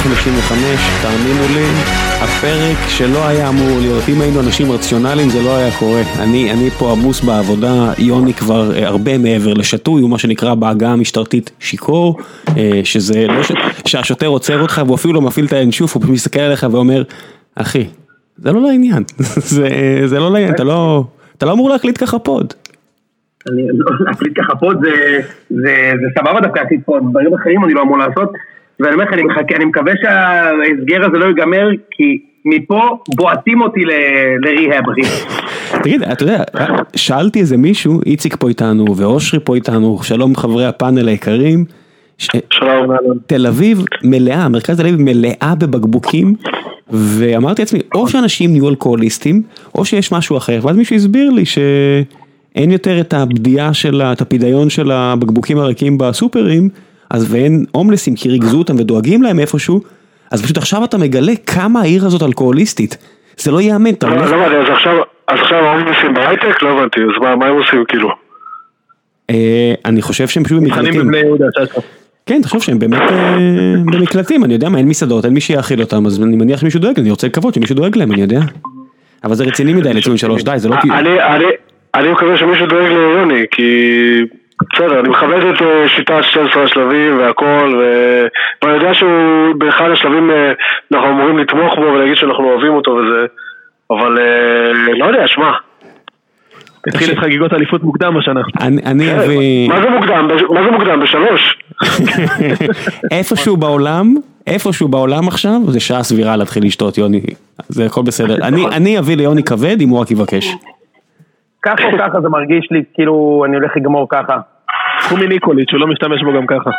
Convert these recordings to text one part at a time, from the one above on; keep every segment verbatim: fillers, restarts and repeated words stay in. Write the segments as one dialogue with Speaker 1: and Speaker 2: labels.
Speaker 1: חמישים וחמש, תאמינו לי, הפרק שלא היה אמור להיות, אם היינו אנשים רציונליים זה לא היה קורה. אני, אני פה עמוס בעבודה, יוני כבר הרבה מעבר לשטוי, הוא מה שנקרא בהגה המשטרתית שיקור, שזה לא ש... שהשוטר עוצר אותך והוא אפילו לא מפעיל את האנשוף, הוא מסתכל עליך ואומר, אחי, זה לא לעניין, זה, זה לא לעניין, אתה לא, אתה לא אמור להקליט ככה פוד.
Speaker 2: אני לא להקליט ככה פוד, זה, זה, זה סבבה דווקא להקליט פוד, דברים אחרים אני לא אמור לעשות, ואני אומר לך, אני, מחכה, אני מקווה שההסגר הזה לא ייגמר, כי מפה בועטים אותי לריהאב.
Speaker 1: תגיד, אתה יודע, שאלתי איזה מישהו, איציק פה איתנו, ואושרי פה איתנו, שלום חברי הפאנל היקרים,
Speaker 3: שלום.
Speaker 1: תל אביב מלאה, מרכז תל אביב מלאה בבקבוקים, ואמרתי לעצמי, או שאנשים נהיו אלכוהוליסטים, או שיש משהו אחר, ואז מישהו הסביר לי שאין יותר את הבדיעה של, את הפידיון של הבקבוקים הריקים בסופרים, אז ואין הומלסים כי ריגזו אותם ודואגים להם איפשהו, אז פשוט עכשיו אתה מגלה כמה העיר הזאת אלכוהוליסטית. זה לא יאמן.
Speaker 3: לא, לא, אז עכשיו, אז עכשיו ההומלסים בהייטק, לא הבנתי, אז מה, מה הם עושים כאילו?
Speaker 1: אני חושב שהם פשוט במקלטים. כן, תחשוב שהם באמת במקלטים, אני יודע מה, אין מסעדות, אין מי שיאכיל אותם, אז אני מניח שמישהו דואג, אני רוצה לקוות שמישהו דואג להם, אני יודע. אבל זה רציני מדי, לצוין שלוש, די, זה לא כאילו.
Speaker 3: אני מקווה שמישהו דואג ליוני, כי בסדר, אני מכבד את שיטת שתים עשרה השלבים והכל, ואני יודע שהוא באחד השלבים אנחנו אמורים לתמוך בו ולהגיד שאנחנו אוהבים אותו וזה, אבל לא יודע, שמה.
Speaker 4: התחיל את חגיגות אליפות מוקדם השנה.
Speaker 1: אני אביא...
Speaker 3: מה זה מוקדם? מה זה מוקדם? בשלוש?
Speaker 1: איפשהו בעולם, איפשהו בעולם עכשיו, זה שעה סבירה להתחיל לשתות, יוני. זה הכל בסדר. אני אביא ליוני כבד אם הוא רק יבקש.
Speaker 2: ככה או ככה זה מרגיש לי, כאילו אני הולך לגמור ככה.
Speaker 4: הוא מניקוליץ', הוא לא משתמש בו גם ככה.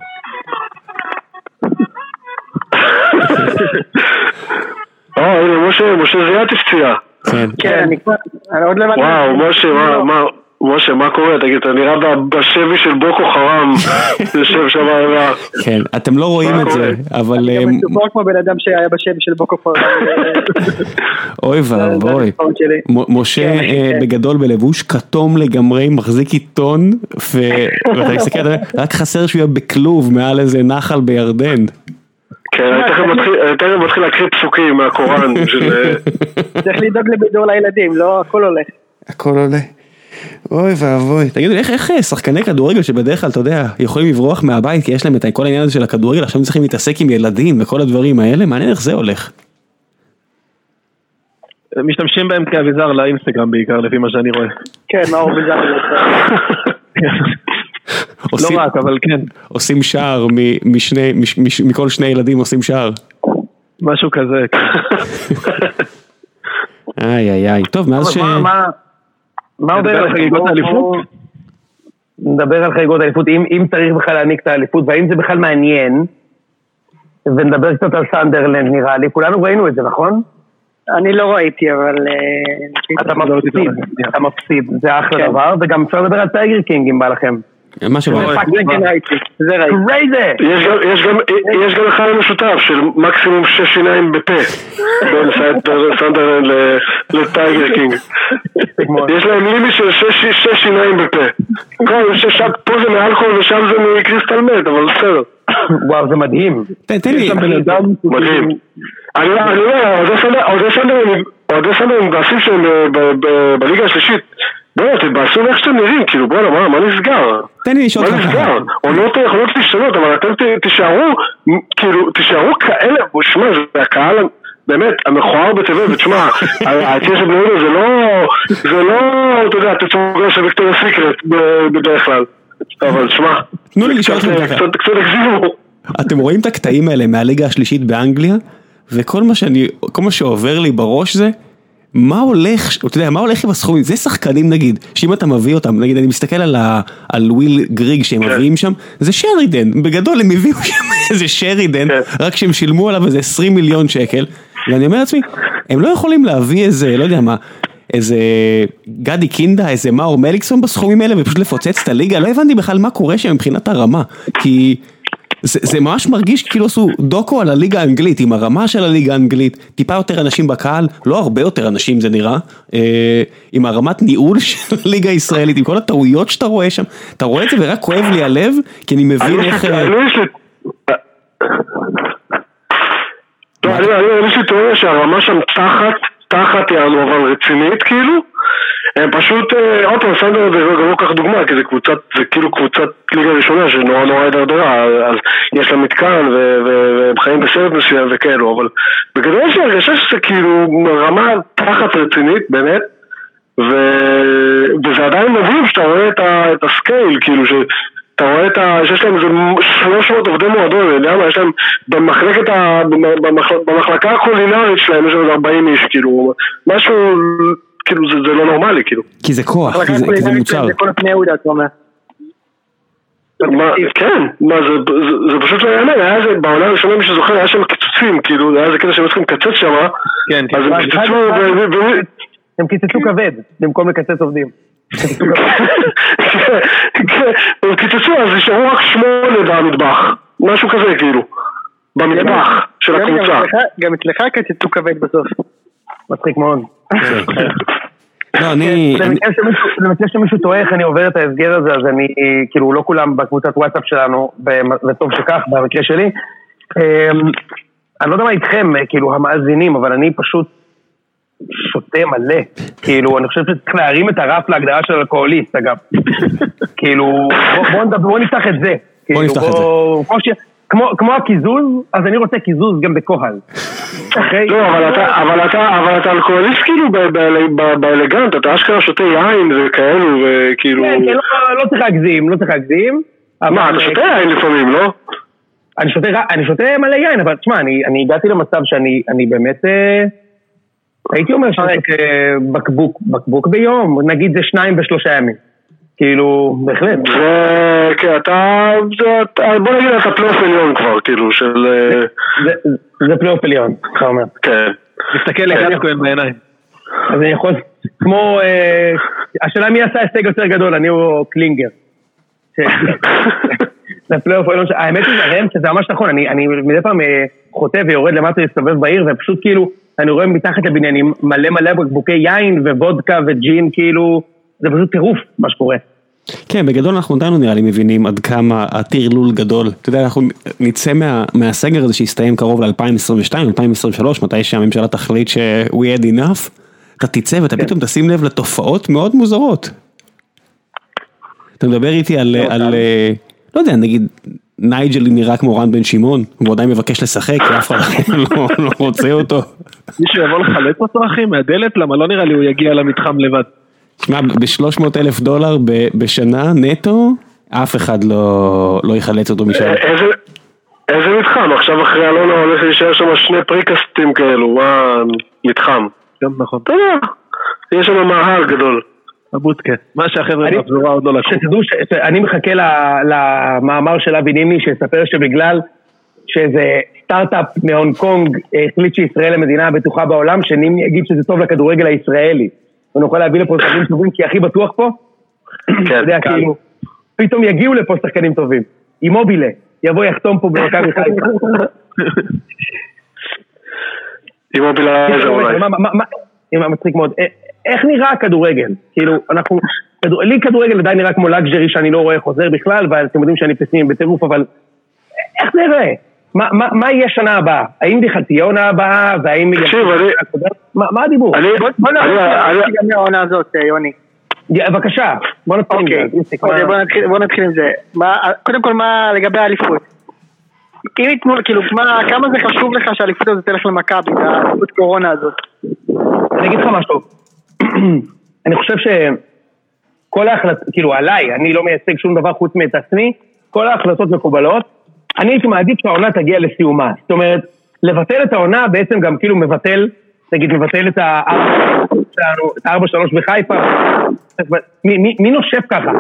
Speaker 3: או, הנה, משה, משה זיית הפציע.
Speaker 2: כן, אני כבר, אני עוד למד...
Speaker 3: וואו, משה, מה, מה, משה, מה קורה? תגיד, אתה נראה בשבי של בוקו חרם, יושב שם היה...
Speaker 1: כן, אתם לא רואים את זה, אבל...
Speaker 2: אני גם מסופר כמו בן אדם שהיה בשבי של בוקו חרם.
Speaker 1: אוי ואבוי, משה בגדול בלבוש כתום לגמרי, מחזיק עיתון, ואתה מסתכל, רק חסר שהוא יהיה בכלוב מעל איזה נחל בירדן.
Speaker 3: כן, אני תכף מתחיל להקריא פסוקים מהקוראן.
Speaker 2: צריך לדאוג לבידור לילדים, לא הכל הולך.
Speaker 1: הכל עולה. אוי ואבוי. תגידו, איך שחקני כדורגל שבדרך כלל, אתה יודע, יכולים לברוח מהבית, כי יש להם את כל העניין הזה של הכדורגל, עכשיו צריכים להתעסק עם ילדים וכל הדברים האלה, מעניין איך זה הולך.
Speaker 4: משתמשים בהם כאביזר לאינסטגרם בעיקר, לפי מה שאני רואה.
Speaker 2: כן, מה הוא אביזר?
Speaker 4: לא רק, אבל כן.
Speaker 1: עושים שער משני, מכל שני ילדים עושים שער.
Speaker 4: משהו כזה.
Speaker 1: איי איי איי. טוב, מאז ש...
Speaker 2: מה עובר על חגיגות האליפות? נדבר על חגיגות האליפות, אם צריך בכלל להעניק את האליפות, והאם זה בכלל מעניין, ונדבר קצת על סנדרלנד נראה לי, כולנו ראינו את זה, נכון? אני לא ראיתי, אבל... אתה מפסיד, אתה מפסיד, זה אחלה דבר, וגם אפשר לדבר על טייגר קינג אם בא לכם.
Speaker 1: מה שבא.
Speaker 2: זה ראיתי.
Speaker 3: יש גם אחד משותף של מקסימום שש שיניים בפה בין סנדרלנד לטייגר קינג. יש להם לימי של שש שיניים בפה. פה זה מאלכוהול ושם זה מקריסטל מת, אבל בסדר.
Speaker 2: וואו, זה מדהים.
Speaker 1: תן לי.
Speaker 3: מדהים. אני לא, עוד סנדרלנד בעשים שהם בליגה השלישית. בואו, תבאסו איך שאתם נראים, כאילו בואו, מה נסגר?
Speaker 1: תן לי לשאול
Speaker 3: מה נסגר? עונות יכולות להשתנות, אבל אתם תישארו, כאילו, תישארו כאלה, שמע, זה הקהל, באמת, המכוער בטבע, ותשמע, העתייה של בני זה לא, זה לא, אתה יודע, תצוגה של ויקטוריה סיקרט בדרך כלל, אבל שמע,
Speaker 1: תנו לי לשאול אתכם ככה.
Speaker 3: קצת הגזימו.
Speaker 1: אתם רואים את הקטעים האלה מהליגה השלישית באנגליה, וכל מה שאני, כל מה שעובר לי בראש זה, מה הולך, אתה יודע, מה הולך עם הסכומים? זה שחקנים נגיד, שאם אתה מביא אותם, נגיד אני מסתכל על, ה, על וויל גריג שהם מביאים שם, זה שרידן, בגדול הם הביאו שם איזה שרידן, רק שהם שילמו עליו איזה עשרים מיליון שקל, ואני אומר לעצמי, הם לא יכולים להביא איזה, לא יודע מה, איזה גדי קינדה, איזה מאור מליקסון בסכומים האלה, ופשוט לפוצץ את הליגה, לא הבנתי בכלל מה קורה שם מבחינת הרמה, כי... זה, זה ממש מרגיש כאילו עשו דוקו על הליגה האנגלית, עם הרמה של הליגה האנגלית, טיפה יותר אנשים בקהל, לא הרבה יותר אנשים זה נראה, אה, עם הרמת ניהול של הליגה הישראלית, עם כל הטעויות שאתה רואה שם, אתה רואה את זה ורק כואב לי הלב, כי אני מבין איך...
Speaker 3: לא, אני יש לי תיאוריה שהרמה שם תחת, תחת יענו, אבל רצינית כאילו, הם פשוט, עוד פעם, סנדר זה גם לא כך דוגמה, כי זה קבוצת, זה כאילו קבוצת ליגה ראשונה שנורא נורא הידרדרה, אז יש לה מתקן והם חיים בסרט מסוים וכאלו, אבל בגדול יש לי הרגשה שזה כאילו רמה תחת רצינית, באמת, וזה עדיין מדהים שאתה רואה את הסקייל, כאילו ש... אתה רואה את ה... שיש להם איזה שלוש מאות עובדי מועדון, למה? יש להם במחלקת ה... במחלקה הקולינרית שלהם יש להם ארבעים איש, כאילו, משהו, כאילו, זה, זה לא נורמלי, כאילו.
Speaker 1: כי זה כוח, כי זה, כי זה מוצר.
Speaker 2: זה כל הפני יהודה, אתה אומר.
Speaker 3: מה, כן, מה, זה, זה, זה פשוט לא יאמן, היה איזה, בעונה הראשונה מי שזוכר, היה שם קיצוצים, כאילו, היה איזה כדי שהם צריכים לקצץ שם,
Speaker 4: כן,
Speaker 3: אז הם קיצצו,
Speaker 2: הם קיצצו כבד, במקום לקצץ עובדים.
Speaker 3: הם קיצצו, אז נשארו רק שמונה במטבח, משהו כזה כאילו, במטבח של הקבוצה.
Speaker 2: גם אצלך קצצו כבד בסוף. מצחיק מאוד.
Speaker 1: לא, אני...
Speaker 2: למקרה שמישהו טועה איך אני עובר את ההסגר הזה, אז אני, כאילו, לא כולם בקבוצת וואטסאפ שלנו, וטוב שכך, במקרה שלי. אני לא יודע מה איתכם, כאילו, המאזינים, אבל אני פשוט שותה מלא. כאילו, אני חושב שצריך להרים את הרף להגדרה של אלכוהוליסט, אגב. כאילו, בואו נפתח את זה.
Speaker 1: בואו נפתח את זה.
Speaker 2: כמו הקיזוז, אז אני רוצה קיזוז גם בכהל.
Speaker 3: לא, אבל אתה אלכוהוליסט כאילו באלגנט, אתה אשכרה שותה יין וכאלו וכאילו...
Speaker 2: כן, לא צריך להגזים, לא צריך להגזים.
Speaker 3: מה, אתה שותה יין לפעמים, לא?
Speaker 2: אני שותה מלא יין, אבל תשמע, אני הגעתי למצב שאני באמת... הייתי אומר שאני בקבוק, בקבוק ביום, נגיד זה שניים בשלושה ימים. כאילו, בהחלט.
Speaker 3: זה, כן, אתה, בוא נגיד, אתה פלייאוף עליון כבר, כאילו, של...
Speaker 2: זה פלייאוף עליון, אתה אומר.
Speaker 3: כן.
Speaker 4: תסתכל לגבי כהן בעיניים.
Speaker 2: אז אני יכול, כמו, השאלה מי עשה הישג יותר גדול, אני הוא קלינגר. זה פלייאוף עליון, האמת היא, הרם, שזה ממש נכון, אני מדי פעם חוטא ויורד למטה להסתובב בעיר, ופשוט כאילו, אני רואה מתחת לבניינים מלא מלא בקבוקי יין וודקה וג'ין, כאילו, זה פשוט טירוף מה שקורה.
Speaker 1: כן, בגדול אנחנו עדיין נראה לי מבינים עד כמה הטרלול גדול. אתה יודע, אנחנו נצא מה, מהסגר הזה שהסתיים קרוב ל-אלפיים עשרים ושתיים, אלפיים עשרים ושלוש, מתי שהממשלה תחליט ש- we had enough, אתה תצא ואתה פתאום תשים לב לתופעות מאוד מוזרות. אתה מדבר איתי על, על, על לא יודע, נגיד, נייג'ל נראה כמו רן בן שמעון, הוא עדיין מבקש לשחק, כי אף אחד לא, לא רוצה אותו.
Speaker 4: מישהו יבוא לחלץ אותו אחי מהדלת, למה לא נראה לי הוא יגיע למתחם לבד.
Speaker 1: תשמע, ב-שלוש מאות אלף דולר בשנה נטו, אף אחד לא, לא יחלץ אותו משם.
Speaker 3: איזה, איזה מתחם? עכשיו אחרי אלונה הולך להישאר שם שני פריקסטים כאלו, מה מתחם?
Speaker 4: גם נכון.
Speaker 3: אתה יודע, יש שם מאהל גדול.
Speaker 4: הבוטקה, מה שהחבר'ה בפזורה עוד לא לקחו.
Speaker 2: שתדעו, אני מחכה למאמר של אבי נימני, שיספר שבגלל שזה סטארט-אפ מהונג קונג החליט שישראל למדינה הבטוחה בעולם, שנימני יגיד שזה טוב לכדורגל הישראלי. ונוכל להביא לפה שחקנים טובים, כי הכי בטוח פה, אתה יודע, כאילו, פתאום יגיעו לפה שחקנים טובים. אימובילה, יבוא יחתום פה במכבי חיפה.
Speaker 3: אימובילה, איזה אולי.
Speaker 2: מה מצחיק מאוד. איך נראה הכדורגל? כאילו, אנחנו, לי כדורגל עדיין נראה כמו לגז'רי שאני לא רואה חוזר בכלל, ואתם יודעים שאני פסימי בטירוף, אבל איך זה יראה? מה יהיה שנה הבאה? האם בכלל תהיה עונה הבאה, והאם...
Speaker 3: תקשיב, אני...
Speaker 2: מה הדיבור? בוא נתחיל מהעונה הזאת, יוני. בבקשה, בוא נתחיל עם זה. קודם כל, מה לגבי האליפות? אם יתנו, כאילו, כמה זה חשוב לך שהאליפות הזאת תלך למכבי, האליפות קורונה הזאת? אני אגיד לך משהו. אני חושב שכל ההחלטות, כאילו עליי, אני לא מייצג שום דבר חוץ מאת עצמי, כל ההחלטות מקובלות, אני הייתי מעדיף שהעונה תגיע לסיומה. זאת אומרת, לבטל את העונה בעצם גם כאילו מבטל, נגיד מבטל את ה-ארבע שלוש בחיפה. מי נושב ככה?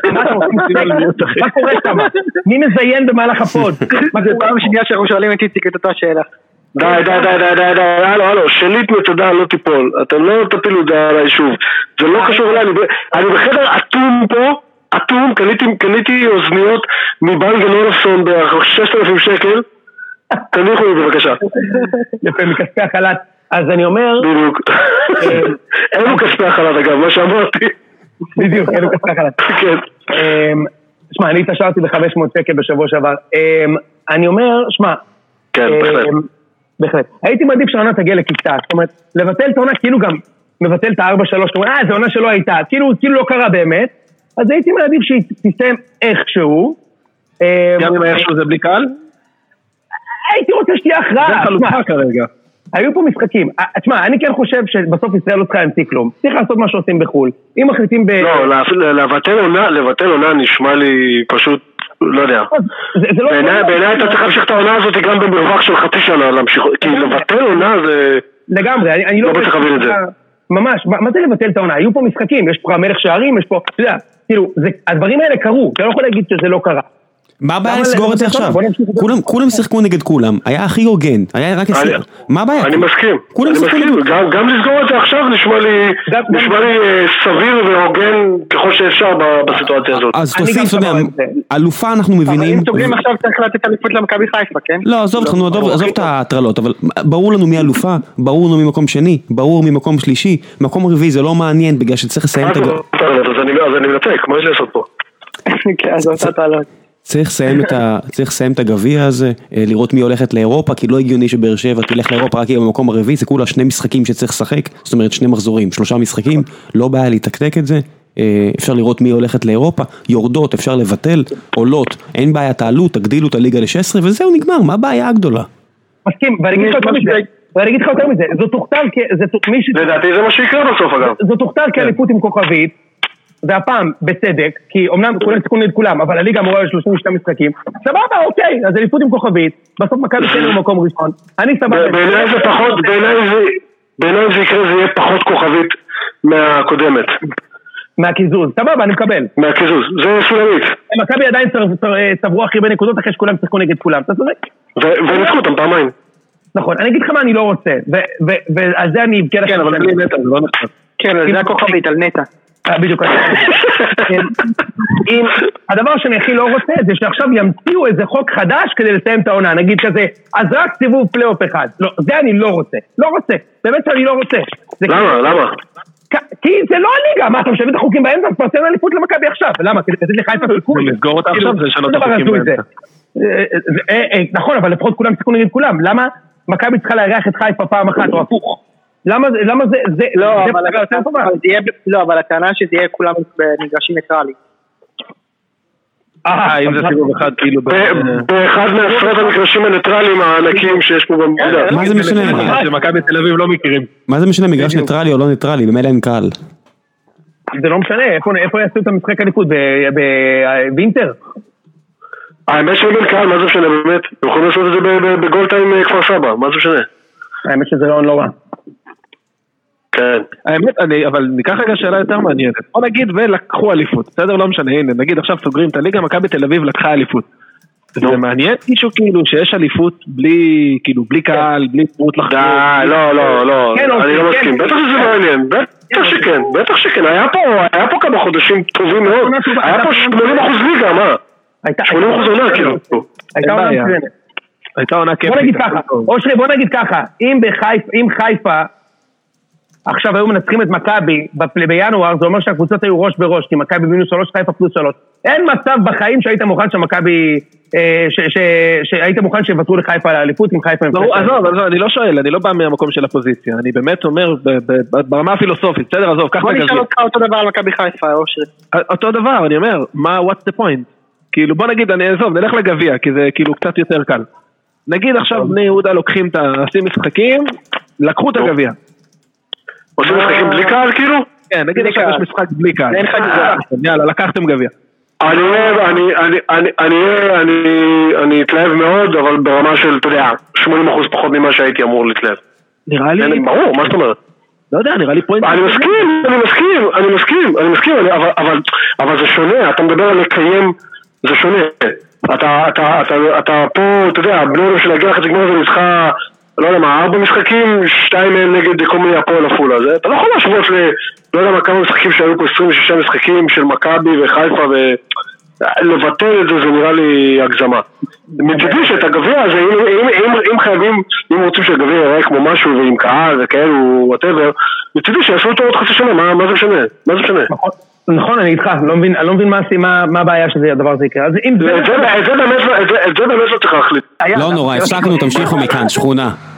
Speaker 2: מה קורה שם? מי מזיין במהלך הפוד? זה פעם שנייה שאנחנו שואלים את איציק את אותה שאלה.
Speaker 3: די, די, די, די, די, די, הלו, הלו, שליט מצדה לא תיפול, אתם לא תפילו את זה על היישוב, זה לא קשור אליי, אני בחדר אטום פה, אטום, קניתי אוזניות מבנק גלולפסון ב-ששת אלפים שקל, תניחו לי בבקשה.
Speaker 2: יפה, מכספי החלט, אז אני אומר...
Speaker 3: בדיוק, אלו כספי החלט אגב, מה שאמרתי.
Speaker 2: בדיוק, אלו כספי החלט.
Speaker 3: כן.
Speaker 2: שמע, אני התעשרתי ב-חמש מאות שקל בשבוע שעבר, אני אומר, שמע,
Speaker 3: כן, בהחלט.
Speaker 2: בהחלט. הייתי מעדיף שהעונה תגיע לכיתה, זאת אומרת, לבטל את העונה כאילו גם מבטל את ה-ארבע שלוש, אה, זו עונה שלא הייתה, כאילו, כאילו לא קרה באמת, אז הייתי מעדיף שהיא תסתיים איכשהו.
Speaker 4: גם אם איכשהו זה בלי קהל?
Speaker 2: הייתי רוצה שתהיה הכרעה.
Speaker 4: זה חלופה כרגע.
Speaker 2: היו פה משחקים. תשמע, אני כן חושב שבסוף ישראל לא צריכה להמציא כלום. צריך לעשות מה שעושים בחול. אם מחליטים ב...
Speaker 3: לא, לבטל עונה, לבטל עונה נשמע לי פשוט, לא יודע. בעיניי אתה צריך להמשיך את העונה הזאת גם במרווח של חצי שנה להמשיך, כי לבטל עונה זה...
Speaker 2: לגמרי, אני לא...
Speaker 3: לא צריך להבין את זה.
Speaker 2: ממש, מה זה לבטל את העונה? היו פה משחקים, יש פה המלך שערים, יש פה... אתה יודע, כאילו, הדברים האלה קרו, אתה לא יכול להגיד שזה לא קרה.
Speaker 1: מה הבעיה לסגור את זה עכשיו? כולם שיחקו נגד כולם, היה הכי הוגן, היה רק עשיר. מה הבעיה?
Speaker 3: אני מסכים, אני מסכים, גם לסגור את זה עכשיו נשמע לי סביר והוגן ככל שאפשר בסיטואציה הזאת.
Speaker 1: אז תוסיף, אתה יודע, אלופה אנחנו מבינים.
Speaker 5: אבל אם סוגרים עכשיו צריך לתת אליפות למכבי חיפה, כן?
Speaker 1: לא, עזוב את ההטרלות, אבל ברור לנו מי אלופה, ברור לנו ממקום שני, ברור ממקום שלישי, מקום רביעי זה לא מעניין בגלל שצריך לסיים את הגביע.
Speaker 3: אז אני מנתק, מה יש לעשות פה?
Speaker 5: כן, אז אותה טענות.
Speaker 1: צריך לסיים את ה... צריך לסיים את הגביע הזה, לראות מי הולכת לאירופה, כי לא הגיוני שבאר שבע תלך לאירופה רק במקום הרביעי, זה כולה שני משחקים שצריך לשחק, זאת אומרת שני מחזורים, שלושה משחקים, לא בעיה להתקתק את זה, אפשר לראות מי הולכת לאירופה, יורדות, אפשר לבטל, עולות, אין בעיה, תעלו, תגדילו את הליגה ל-שש עשרה, וזהו נגמר, מה הבעיה הגדולה?
Speaker 2: מסכים, ואני אגיד לך יותר מזה, ואני אגיד לך יותר מזה, זו תוכתר כ...
Speaker 3: לדעתי זה מה שיקרה בסוף אגב.
Speaker 2: זו תוכתר כאליפות עם כוכבית, והפעם בצדק, כי אומנם כולם סיכון נגד כולם, אבל הליגה אמורה ל-שלושים ושתיים משחקים, סבבה, אוקיי, אז אליפות עם כוכבית, בסוף מכבי תל אביב במקום ראשון, אני סבבה.
Speaker 3: בעיניי זה פחות, בעיניי זה יקרה, זה יהיה פחות כוכבית מהקודמת.
Speaker 2: מהקיזוז, סבבה, אני מקבל.
Speaker 3: מהקיזוז, זה סולמית.
Speaker 2: מכבי עדיין צברו הכי הרבה נקודות אחרי שכולם שיחקו נגד כולם, אתה צודק?
Speaker 3: וניצחו אותם פעמיים.
Speaker 2: נכון, אני אגיד לך מה אני לא רוצה, ועל זה אני אבקר לך.
Speaker 4: כן, אבל בלי נטע, זה לא נכון.
Speaker 5: כן, זה הכוכבית, על נטע.
Speaker 2: בדיוק, הדבר שאני הכי לא רוצה זה שעכשיו ימציאו איזה חוק חדש כדי לסיים את העונה, נגיד כזה, אז רק סיבוב פלייאוף אחד, לא, זה אני לא רוצה, לא רוצה, באמת שאני לא רוצה.
Speaker 3: למה, למה?
Speaker 2: כי זה לא הליגה, מה אתה משווה את החוקים באמצע, אז פרסם אליפות למכבי עכשיו, למה? כדי לתת לך חיפה סיכוי.
Speaker 4: לסגור אותה עכשיו זה לשנות את החוקים באמצע.
Speaker 2: נכון, אבל לפחות כולם סיכון נגד כולם, למה מכבי צריכה לארח את חיפה פעם אחת או הפוך? למה זה, למה זה, זה,
Speaker 5: לא, אבל לא, אבל הטענה שזה יהיה כולם במגרשים ניטרליים.
Speaker 4: אה, אם זה סיבוב אחד, כאילו...
Speaker 3: באחד מעשרות המגרשים הניטרליים הענקים שיש פה במדינה.
Speaker 1: מה זה משנה?
Speaker 4: שמכבי תל אביב לא מכירים.
Speaker 1: מה זה משנה, מגרש ניטרלי או לא ניטרלי? במילא אין קהל.
Speaker 2: זה לא משנה, איפה יעשו את המשחק אליפות? בווינטר?
Speaker 3: האמת שאין קהל, מה זה משנה באמת? הם יכולים לעשות את זה בגולטיים כפר סבא, מה זה משנה?
Speaker 2: האמת שזה לא נורא.
Speaker 3: כן.
Speaker 4: האמת, אני, אבל ניקח רגע שאלה יותר מעניינת. בוא נגיד ולקחו אליפות, בסדר? לא משנה, הנה, נגיד עכשיו סוגרים את הליגה, מכבי תל אביב לקחה אליפות. זה מעניין מישהו כאילו שיש אליפות בלי, כאילו, בלי קהל, בלי פרוט לחזור.
Speaker 3: לא, לא, לא, אני לא מסכים. בטח שזה מעניין, בטח שכן, בטח שכן. היה פה, היה פה כמה חודשים טובים מאוד. היה פה שמונים אחוז ליגה, מה? שמונים אחוז עונה, כאילו.
Speaker 2: הייתה עונה מצוינת.
Speaker 4: הייתה עונה כיפית.
Speaker 2: בוא נגיד ככה, אושרי, בוא נגיד ככה, אם חיפה עכשיו היו מנצחים את מכבי בינואר, זה אומר שהקבוצות היו ראש בראש, כי מכבי מינוס שלוש, חיפה פלוס שלוש. אין מצב בחיים שהיית מוכן שהמכבי, שהיית מוכן שיוותרו לחיפה לאליפות עם חיפה.
Speaker 4: עזוב, עזוב, אני לא שואל, אני לא בא מהמקום של הפוזיציה, אני באמת אומר ברמה הפילוסופית, בסדר, עזוב, קח
Speaker 5: בוא נשאל אותך אותו דבר על מכבי חיפה, אושרי.
Speaker 4: אותו דבר, אני אומר, מה, what's the point? כאילו, בוא נגיד, אני אעזוב, נלך לגביע, כי זה כאילו קצת יותר קל. נגיד עכשיו בני יהודה לוקחים את העשים משחקים, לקחו את הגביע.
Speaker 3: עושים משחקים בלי קהל כאילו?
Speaker 4: כן, נגיד עכשיו יש משחק בלי קהל.
Speaker 5: אין חגיגה.
Speaker 4: יאללה, לקחתם גביע.
Speaker 3: אני אוהב, אני, אני, אני, אני, אני, אני אתלהב מאוד, אבל ברמה של, אתה יודע, שמונים אחוז פחות ממה שהייתי אמור להתלהב.
Speaker 4: נראה לי...
Speaker 3: ברור, מה זאת אומרת?
Speaker 4: לא יודע, נראה לי פוינט...
Speaker 3: אני מסכים, אני מסכים, אני מסכים, אני מסכים, אבל, אבל, אבל זה שונה, אתה מדבר על לקיים, זה שונה. אתה, אתה, אתה, אתה פה, אתה יודע, בנודם של להגיע לחצי גמר זה ניצחה, לא יודע מה, ארבע משחקים, שתיים מהם נגד כל מיני הפועל הפועל הזה, אתה לא יכול להשוות ל... לא יודע מה, כמה משחקים שהיו פה עשרים ושש משחקים של מכבי וחיפה ולבטל את זה, זה נראה לי הגזמה. מצדי שאת הגביע הזה, אם, אם, אם, אם חייבים, אם רוצים שהגביע יראה כמו משהו ועם קהל וכאלו, whatever, מצדי שיעשו אותו עוד חצי שנה, מה, מה זה משנה? מה זה משנה?
Speaker 2: נכון, אני איתך, אני לא מבין מה הבעיה שהדבר הזה יקרה.
Speaker 3: את זה באמת לא צריך להחליט.
Speaker 1: לא נורא, הפסקנו, תמשיכו מכאן, שכונה.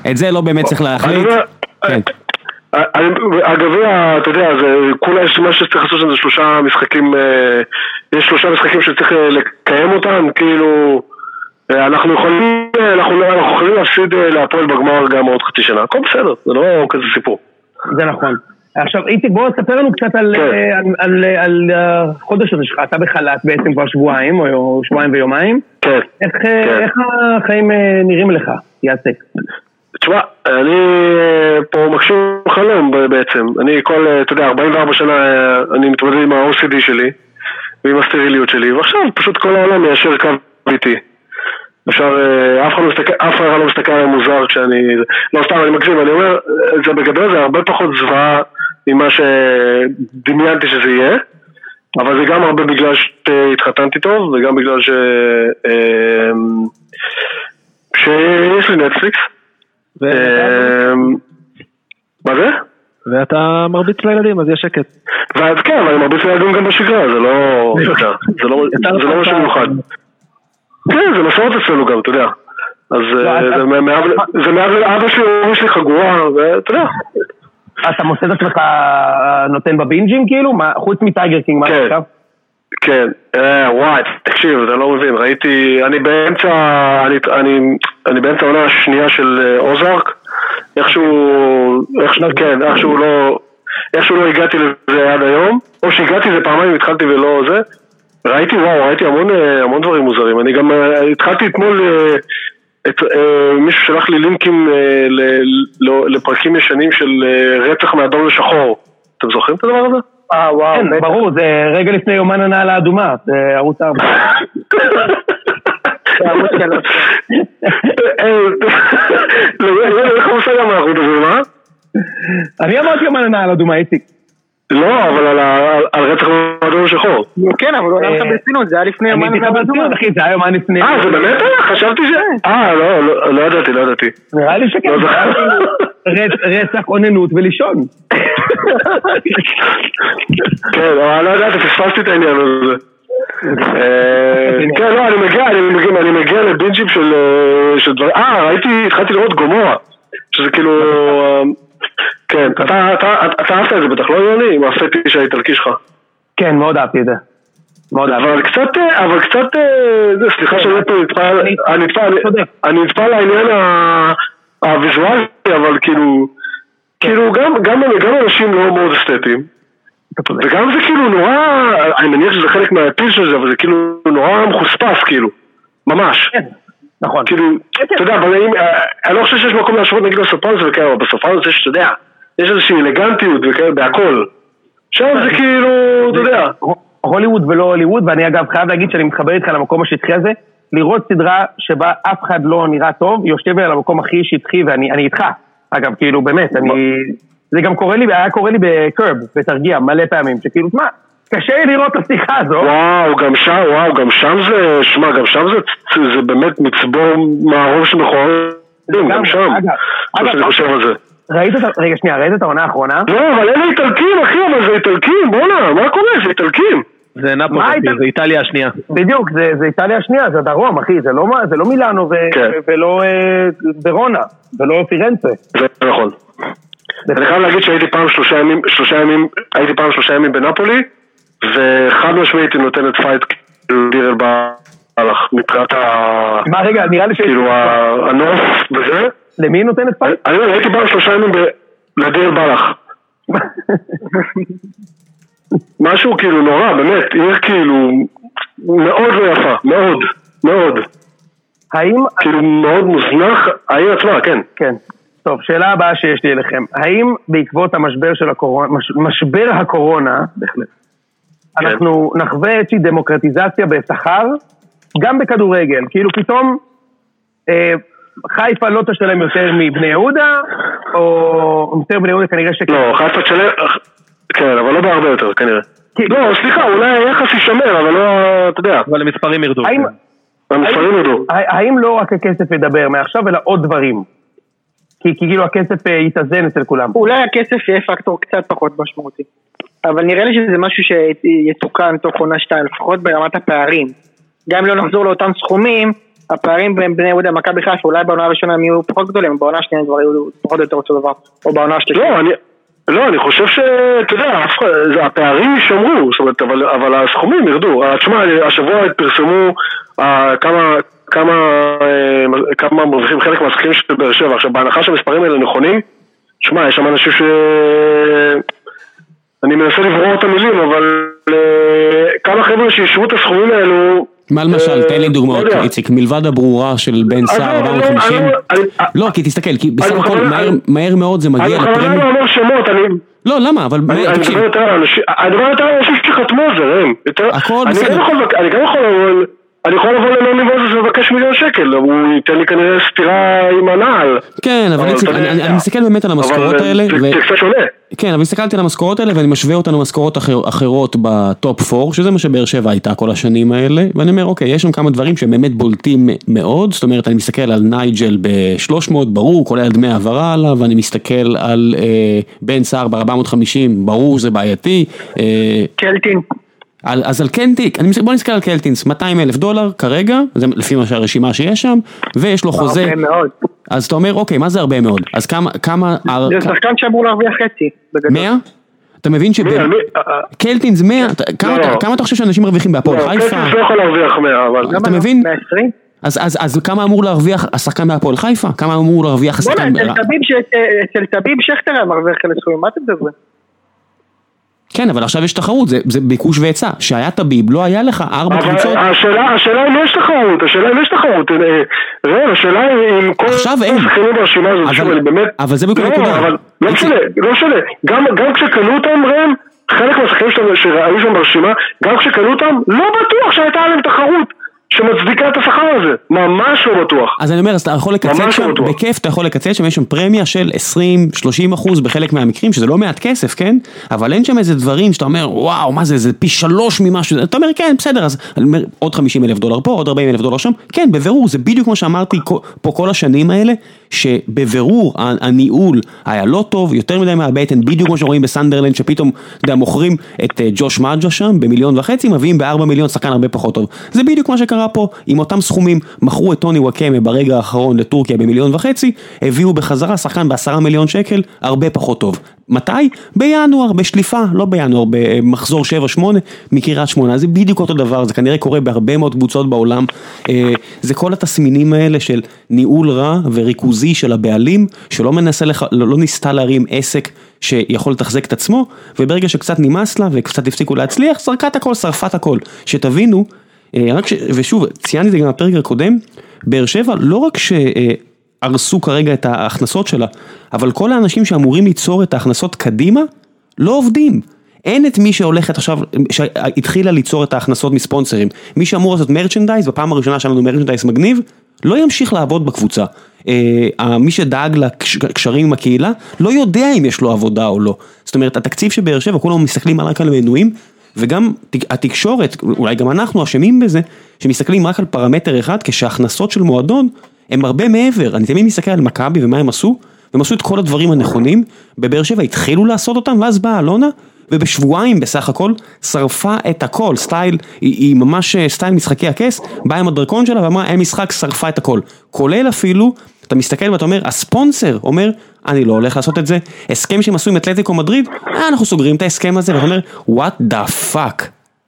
Speaker 1: את זה לא באמת צריך להחליט. כן.
Speaker 3: הגביע, אתה יודע, כולה יש מה שצריך לעשות שם זה שלושה משחקים, יש שלושה משחקים שצריך לקיים אותם, כאילו אנחנו יכולים, אנחנו יכולים להפסיד להפועל בגמר גם עוד חצי שנה, הכל בסדר, זה לא כזה סיפור.
Speaker 2: זה נכון. עכשיו איציק, בוא תספר לנו קצת על החודש הזה שלך, אתה בחל"ת בעצם כבר שבועיים או שבועיים ויומיים.
Speaker 3: כן.
Speaker 2: איך החיים נראים לך, יעסק?
Speaker 3: תשמע, אני פה מקשיב חלום בעצם, אני כל, אתה יודע, ארבעים וארבע שנה אני מתמודד עם ה-או סי די שלי ועם הסטריליות שלי, ועכשיו פשוט כל העולם מיישר קו איתי. אפשר, אף אחד לא מסתכל, אף אחד לא מסתכל עליי מוזר כשאני, לא סתם, אני מקשיב, אני אומר, זה בגדול זה הרבה פחות זוועה ממה שדמיינתי שזה יהיה, אבל זה גם הרבה בגלל שהתחתנתי טוב, וגם בגלל ש... שיש לי נטפליקס. מה זה?
Speaker 4: ואתה מרביץ לילדים, אז יש שקט.
Speaker 3: ואז כן, אבל אני מרביץ לילדים גם בשגרה, זה לא... זה לא משהו מיוחד. כן, זה מסורת אצלנו גם, אתה יודע. אז זה מעב לאבא שלי, יש לי חגורה, ואתה יודע.
Speaker 2: אתה מוצא את עצמך נותן בבינג'ים כאילו? חוץ מטייגר קינג, מה עכשיו?
Speaker 3: כן, וואי, תקשיב, אתה לא מבין, ראיתי, אני באמצע, אני באמצע העונה השנייה של אוזארק, איכשהו, כן, איכשהו לא, איכשהו לא הגעתי לזה עד היום, או שהגעתי זה פעמיים, התחלתי ולא זה, ראיתי, וואו, ראיתי המון, המון דברים מוזרים, אני גם התחלתי אתמול, מישהו שלח לי לינקים לפרקים ישנים של רצח מאדום לשחור, אתם זוכרים את הדבר הזה?
Speaker 2: אה וואו, כן, ברור, זה רגע לפני יומן הנעל האדומה, זה ערוץ ארבע. זה ערוץ שלוש.
Speaker 3: לא, איך הוא עושה גם הערוץ הזה, מה?
Speaker 2: אני אמרתי יומן הנעל האדומה, איציק.
Speaker 3: לא, אבל על רצח מאדום לשחור.
Speaker 5: כן, אבל הוא היה לך ברצינות, זה היה לפני יומן הנעל האדומה.
Speaker 2: אחי, זה היה יומן לפני...
Speaker 3: אה, זה באמת היה? חשבתי ש... אה, לא, לא ידעתי, לא ידעתי.
Speaker 2: נראה לי שכן, רצח, עוננות ולישון.
Speaker 3: כן, אבל לא יודעת, פספסתי את העניין הזה. כן, לא, אני מגיע, אני מגיע לבינג'ים של דברים, אה, ראיתי, התחלתי לראות גומורה, שזה כאילו, כן, אתה אהבת את זה בטח, לא יוני, עם הפטיש האיטלקי שלך.
Speaker 2: כן, מאוד אהבתי את זה.
Speaker 3: אבל קצת, אבל קצת, סליחה שאני פה אני נצפה לעניין הוויזואלי, אבל כאילו, כאילו גם אנשים לא מאוד אסתטיים, וגם זה כאילו נורא, אני מניח שזה חלק מהפיל של זה, אבל זה כאילו נורא מחוספס כאילו, ממש.
Speaker 2: נכון.
Speaker 3: כאילו, אתה יודע, אבל אני לא חושב שיש מקום להשוות נגיד לסופרנוס וכאלה, אבל בסופרנוס יש, אתה יודע, יש איזושהי אלגנטיות וכאלה בהכל. עכשיו זה כאילו, אתה יודע.
Speaker 2: הוליווד ולא הוליווד, ואני אגב חייב להגיד שאני מתחבר איתך למקום השטחי הזה, לראות סדרה שבה אף אחד לא נראה טוב, יושב על המקום הכי שטחי, ואני איתך. אגב, כאילו, באמת, אני... זה גם קורה לי, היה קורה לי בקרב, בתרגיע, מלא פעמים, שכאילו, מה, קשה לי לראות את השיחה הזו.
Speaker 3: וואו, גם שם, וואו, גם שם זה, שמה, גם שם זה, זה באמת מצבור מהרוב שמכוערים, גם שם. אגב, אני חושב על זה.
Speaker 2: ראית את, רגע, שנייה, ראית את העונה האחרונה?
Speaker 3: לא, אבל אלה איטלקים, אחי, אבל זה איטלקים, בוא'נה, מה קורה? זה איטלקים.
Speaker 4: זה נפולי, זה איטליה השנייה.
Speaker 2: בדיוק, זה איטליה השנייה, זה דרום, אחי, זה לא מילאנו ולא ברונה, ולא פירנצה.
Speaker 3: זה נכון. אני חייב להגיד שהייתי פעם שלושה ימים, שלושה ימים, הייתי פעם שלושה ימים בנפולי, וחד משמעית היא נותנת פייט כאילו דיר אל בעלך, מבחינת ה...
Speaker 2: מה רגע, נראה לי ש...
Speaker 3: כאילו הנוף וזה.
Speaker 2: למי היא נותנת פייט?
Speaker 3: אני אומר, הייתי פעם שלושה ימים לדיר אל בעלך. משהו כאילו נורא, באמת, עיר כאילו מאוד לא יפה, מאוד, מאוד.
Speaker 2: האם...
Speaker 3: כאילו מאוד מוזנח, העיר עצמה, כן.
Speaker 2: כן. טוב, שאלה הבאה שיש לי אליכם. האם בעקבות המשבר של הקורונה, משבר הקורונה, בהחלט, אנחנו נחווה איזושהי דמוקרטיזציה בשכר, גם בכדורגל, כאילו פתאום חיפה לא תשלם יותר מבני יהודה, או יותר בני יהודה כנראה שכן.
Speaker 3: לא, חיפה תשלם, כן, אבל לא בהרבה יותר כנראה. לא, סליחה, אולי היחס יישמר, אבל לא, אתה יודע.
Speaker 4: אבל המספרים ירדו.
Speaker 3: המספרים ירדו.
Speaker 2: האם לא רק הכסף ידבר מעכשיו, אלא עוד דברים? כי כאילו הכסף יתאזן אצל כולם.
Speaker 5: אולי הכסף יהיה פקטור קצת פחות משמעותי. אבל נראה לי שזה משהו שיתוקן תוך עונה שתיים, לפחות ברמת הפערים. גם אם לא נחזור לאותם סכומים, הפערים בין בני יהודה ומכבי חיפה, אולי בעונה הראשונה הם יהיו פחות גדולים, בעונה השנייה כבר יהיו פחות או יותר אותו דבר, או בעונה השלישית.
Speaker 3: לא, אני... לא, אני חושב שאתה יודע, הפערים שמרו, זאת אומרת, אבל, אבל הסכומים ירדו. תשמע, השבוע פרסמו כמה, כמה, כמה מרוויחים חלק מהשחקנים של באר שבע. עכשיו, בהנחה שהמספרים האלה נכונים, תשמע, יש שם אנשים ש... אני מנסה לברור את המילים, אבל כמה חבר'ה שישרו את הסכומים האלו...
Speaker 1: מה למשל, תן לי דוגמאות, איציק, מלבד הברורה של בן סער ארבע מאות וחמישים, לא, כי תסתכל, כי בסך הכל מהר מאוד זה מגיע לפרמי...
Speaker 3: אני בכוונה לא אומר שמות, אני...
Speaker 1: לא, למה? אבל...
Speaker 3: אני מדבר יותר על אנשים שחתמו על זה, הם.
Speaker 1: הכל בסדר.
Speaker 3: אני גם יכול... אני יכול לבוא ללוני בוזס ולבקש מיליון שקל, הוא ייתן לי כנראה סתירה עם הנעל.
Speaker 1: כן, אבל אני מסתכל באמת על המשכורות האלה.
Speaker 3: אבל זה קצת שונה.
Speaker 1: כן, אבל הסתכלתי על המשכורות האלה ואני משווה אותנו למשכורות אחרות בטופ ארבע, שזה מה שבאר שבע הייתה כל השנים האלה, ואני אומר, אוקיי, יש שם כמה דברים שהם באמת בולטים מאוד, זאת אומרת, אני מסתכל על נייג'ל ב-שלוש מאות, ברור, כולל דמי העברה עליו, ואני מסתכל על בן סער ב-ארבע מאות וחמישים, ברור, זה בעייתי.
Speaker 5: קלטין.
Speaker 1: אז על קנטיק, בוא נסתכל על קלטינס, מאתיים אלף דולר כרגע, זה לפי מה שהרשימה שיש שם, ויש לו חוזה.
Speaker 5: הרבה מאוד.
Speaker 1: אז אתה אומר, אוקיי, מה זה הרבה מאוד? אז כמה, כמה...
Speaker 5: זה שחקן שאמור להרוויח חצי, בגדול.
Speaker 1: מאה? אתה מבין שקלטינס מאה, כמה אתה חושב שאנשים מרוויחים בהפועל חיפה?
Speaker 3: קלטינס לא יכול להרוויח מאה, אבל...
Speaker 1: אתה מבין?
Speaker 5: מאה ועשרים?
Speaker 1: אז כמה אמור להרוויח השחקן בהפועל חיפה? כמה אמור להרוויח השחקן...
Speaker 5: בוא'נה, אצל טביב שכטר היה מרוויח לסכומים, מה אתם מדברים?
Speaker 1: כן, אבל עכשיו יש תחרות, זה, זה ביקוש והיצע. שהיה טביב, לא היה לך ארבע קבוצות.
Speaker 3: השאלה, השאלה אם יש תחרות, השאלה אם יש תחרות. ראה, השאלה אם כל...
Speaker 1: עכשיו אין.
Speaker 3: שחקנים ברשימה הזאת,
Speaker 1: אבל,
Speaker 3: שוב, אני באמת...
Speaker 1: אבל זה בכל נקודה.
Speaker 3: אבל לא משנה, לא משנה. גם, גם כשקנו אותם, ראם, חלק מהשחקנים שראו שם ברשימה, גם כשקנו אותם, לא בטוח שהייתה עליהם תחרות. שמצדיקה את השכר הזה, ממש לא בטוח.
Speaker 1: אז אני אומר, אז אתה יכול לקצץ שם, בכיף אתה יכול לקצץ שם, יש שם פרמיה של עשרים שלושים אחוז בחלק מהמקרים, שזה לא מעט כסף, כן? אבל אין שם איזה דברים שאתה אומר, וואו, מה זה, זה פי שלוש ממשהו, אתה אומר, כן, בסדר, אז אני אומר, עוד חמישים אלף דולר פה, עוד ארבעים אלף דולר שם, כן, בבירור, זה בדיוק כמו שאמרתי פה כל השנים האלה, שבבירור הניהול היה לא טוב, יותר מדי מהבטן, בדיוק כמו שרואים בסנדרלנד, שפתאום, אתה יודע, מוכרים את ג'וש מג'ה שם, במיליון וחצי, מביאים בארבע מיליון שחקן הרבה פחות טוב. זה בדיוק מה שקרה פה, עם אותם סכומים, מכרו את טוני וואקמה ברגע האחרון לטורקיה במיליון וחצי, הביאו בחזרה שחקן בעשרה מיליון שקל, הרבה פחות טוב. מתי? בינואר, בשליפה, לא בינואר, במחזור שבע שמונה, מקריית שמונה. זה בדיוק אותו דבר, זה כנראה קורה בהרבה מאוד קבוצות בעולם. זה כל התסמינים האלה של ניהול רע וריכוזי של הבעלים, שלא מנסה, לא ניסתה להרים עסק שיכול לתחזק את עצמו, וברגע שקצת נמאס לה וקצת הפסיקו להצליח, זרקת הכל, שרפת הכל. שתבינו, רק ש... ושוב, ציינתי את זה גם בפרק הקודם, באר שבע לא רק שהרסו כרגע את ההכנסות שלה, אבל כל האנשים שאמורים ליצור את ההכנסות קדימה, לא עובדים. אין את מי שהולכת עכשיו, שהתחילה ליצור את ההכנסות מספונסרים. מי שאמור לעשות מרצ'נדייז, בפעם הראשונה שלנו מרצ'נדייז מגניב, לא ימשיך לעבוד בקבוצה. מי שדאג לקשרים עם הקהילה, לא יודע אם יש לו עבודה או לא. זאת אומרת, התקציב שבאר שבע, כולם מסתכלים רק על מנויים, וגם התקשורת, אולי גם אנחנו אשמים בזה, שמסתכלים רק על פרמטר אחד, כשההכנסות של מועדון הם הרבה מעבר. אני תמיד מסתכל על מכבי ומה הם עשו, והם עשו את כל הדברים הנכונים, בבאר שבע התחילו לעשות אותם, ואז באה אלונה, ובשבועיים בסך הכל שרפה את הכל, סטייל, היא, היא ממש סטייל משחקי הכס, באה עם הדרקון שלה ואמרה, אין משחק, שרפה את הכל. כולל אפילו, אתה מסתכל ואתה אומר, הספונסר אומר, אני לא הולך לעשות את זה, הסכם שהם עשו עם אתלטיקו מדריד, אה, אנחנו סוגרים את ההסכם הזה, ואתה אומר, what the fuck?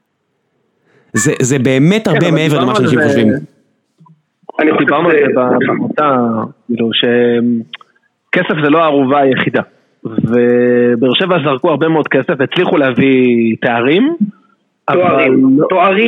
Speaker 1: זה, זה באמת הרבה כן, מעבר למה שאנשים חושבים.
Speaker 4: אני דיברנו על זה במותה, כאילו, שכסף זה לא הערובה היחידה. ובאר שבע זרקו הרבה מאוד כסף, הצליחו להביא תארים,
Speaker 5: תוארים, תוארים,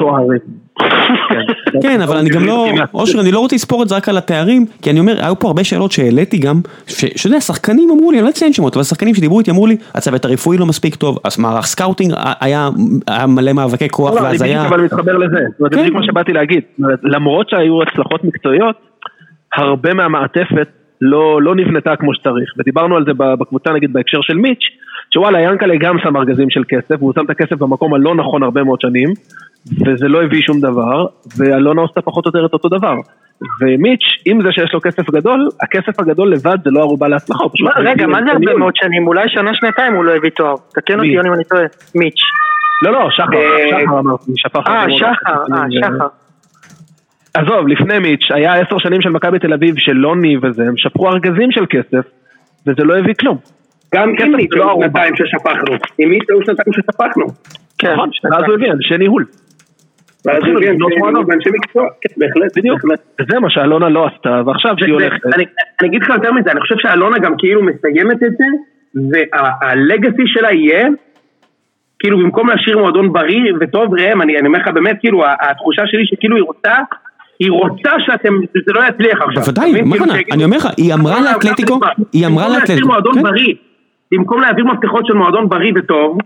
Speaker 1: כן, אבל אני גם לא, אושר, אני לא רוצה לספור את זה רק על התארים, כי אני אומר, היו פה הרבה שאלות שהעליתי גם, שזה, השחקנים אמרו לי, אני לא אציין שמות, אבל השחקנים שדיברו איתי אמרו לי, הצוות הרפואי לא מספיק טוב, אז מערך סקאוטינג היה מלא מאבקי כוח, ואז היה...
Speaker 4: אבל מתחבר לזה, זה בדיוק מה שבאתי להגיד, למרות שהיו הצלחות מקצועיות, הרבה מהמעטפת לא, לא נבנתה כמו שצריך, ודיברנו על זה בקבוצה נגיד בהקשר של מיץ', שוואלה, ינקלה גם שם ארגזים של כסף, והוא שם את הכסף במקום הלא נכון הרבה מאוד שנים, וזה לא הביא שום דבר, ואלונה עושה פחות או יותר את אותו דבר. ומיץ', עם זה שיש לו כסף גדול, הכסף הגדול לבד זה לא ערובה להצלחה.
Speaker 5: רגע, מה זה הרבה מאוד שנים? אולי שנה שנתיים הוא לא הביא תואר. תקן אותי, יוני, אני טועה. מיץ'.
Speaker 4: לא, לא, שחר, שחר אמרתי, שפח.
Speaker 5: אה, שחר, אה, שחר.
Speaker 4: עזוב, לפני מיץ' היה עשר שנים של מכבי תל אביב של לוני וזה, הם שפרו ארגזים של כסף, וזה לא הביא כלום.
Speaker 2: גם עם מיץ' היו שנתיים ששפחנו, עם מיץ' היו שנתיים ששפחנו.
Speaker 4: כן, ואז הוא הביא אנשי ניהול.
Speaker 2: ואז הוא הביא אנשי מקצוע, כן, בהחלט.
Speaker 4: בדיוק, זה מה שאלונה לא עשתה, ועכשיו שהיא הולכת.
Speaker 2: אני אגיד לך יותר מזה, אני חושב שאלונה גם כאילו מסיימת את זה, והלגאסי שלה יהיה, כאילו במקום להשאיר מועדון בריא וטוב, ראם, אני אומר לך באמת, כאילו, התחושה שלי שכאילו היא רוצה, היא רוצה שאתם, זה לא יצליח עכשיו.
Speaker 1: בוודאי, מה קנה? אני אומר לך, היא אמרה לאתלטיקו, היא אמרה לאתלטיקו. במקום להשאיר מועדון בריא, במקום להעביר מפתחות של מועדון בריא וטוב,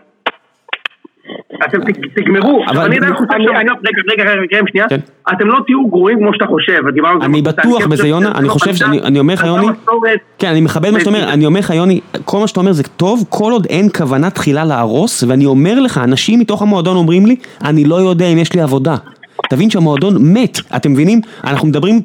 Speaker 1: אתם תגמרו, אני עדיין חושב ש... רגע, רגע, רגע, שנייה, אתם לא תהיו גרועים כמו שאתה חושב, אני בטוח בזה יונה, אני חושב שאני אומר לך יוני, כן, אני מכבד מה שאתה אומר, אני אומר לך יוני, כל מה שאתה אומר זה טוב, כל עוד אין כוונה תחילה להרוס, ואני אומר לך, אנשים מתוך המועדון אומרים לי, אני לא יודע אם יש לי עבודה, תבין שהמועדון מת, אתם מבינים? אנחנו מדברים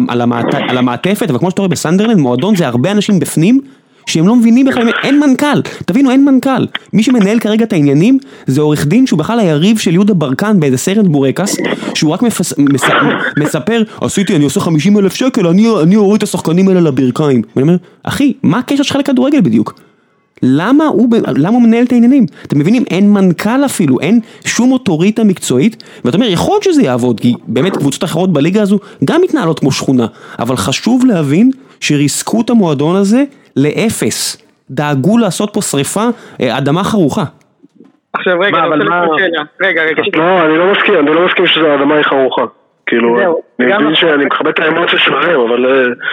Speaker 1: על המעטפת, אבל כמו שאתה רואה בסנדרלנד, מועדון זה הרבה אנשים בפנים, שהם לא מבינים בכלל, אין מנכ"ל, תבינו, אין מנכ"ל. מי שמנהל כרגע את העניינים, זה עורך דין שהוא בכלל היריב של יהודה ברקן באיזה סרט בורקס, שהוא רק מפס, מס, מספר, עשיתי, אני עושה חמישים אלף שקל, אני, אני אוריד את השחקנים האלה לברכיים. ואני אומר, אחי, מה הקשר שלך לכדורגל בדיוק? למה הוא, למה הוא מנהל את העניינים? אתם מבינים, אין מנכ"ל אפילו, אין שום אוטוריטה מקצועית, ואתה אומר, יכול להיות שזה יעבוד, כי באמת קבוצות אחרות בליגה הזו גם מתנהלות כמו שכונה, אבל חשוב להבין שריסקו את המועדון הזה לאפס, דאגו לעשות פה שריפה, אדמה חרוכה.
Speaker 5: עכשיו רגע, אני רוצה לקרוא שאלה, רגע, רגע.
Speaker 3: לא, אני לא מסכים, אני לא מסכים שזה אדמה היא חרוכה. כאילו, אני מבין שאני מכבד את האמוציה שלהם, אבל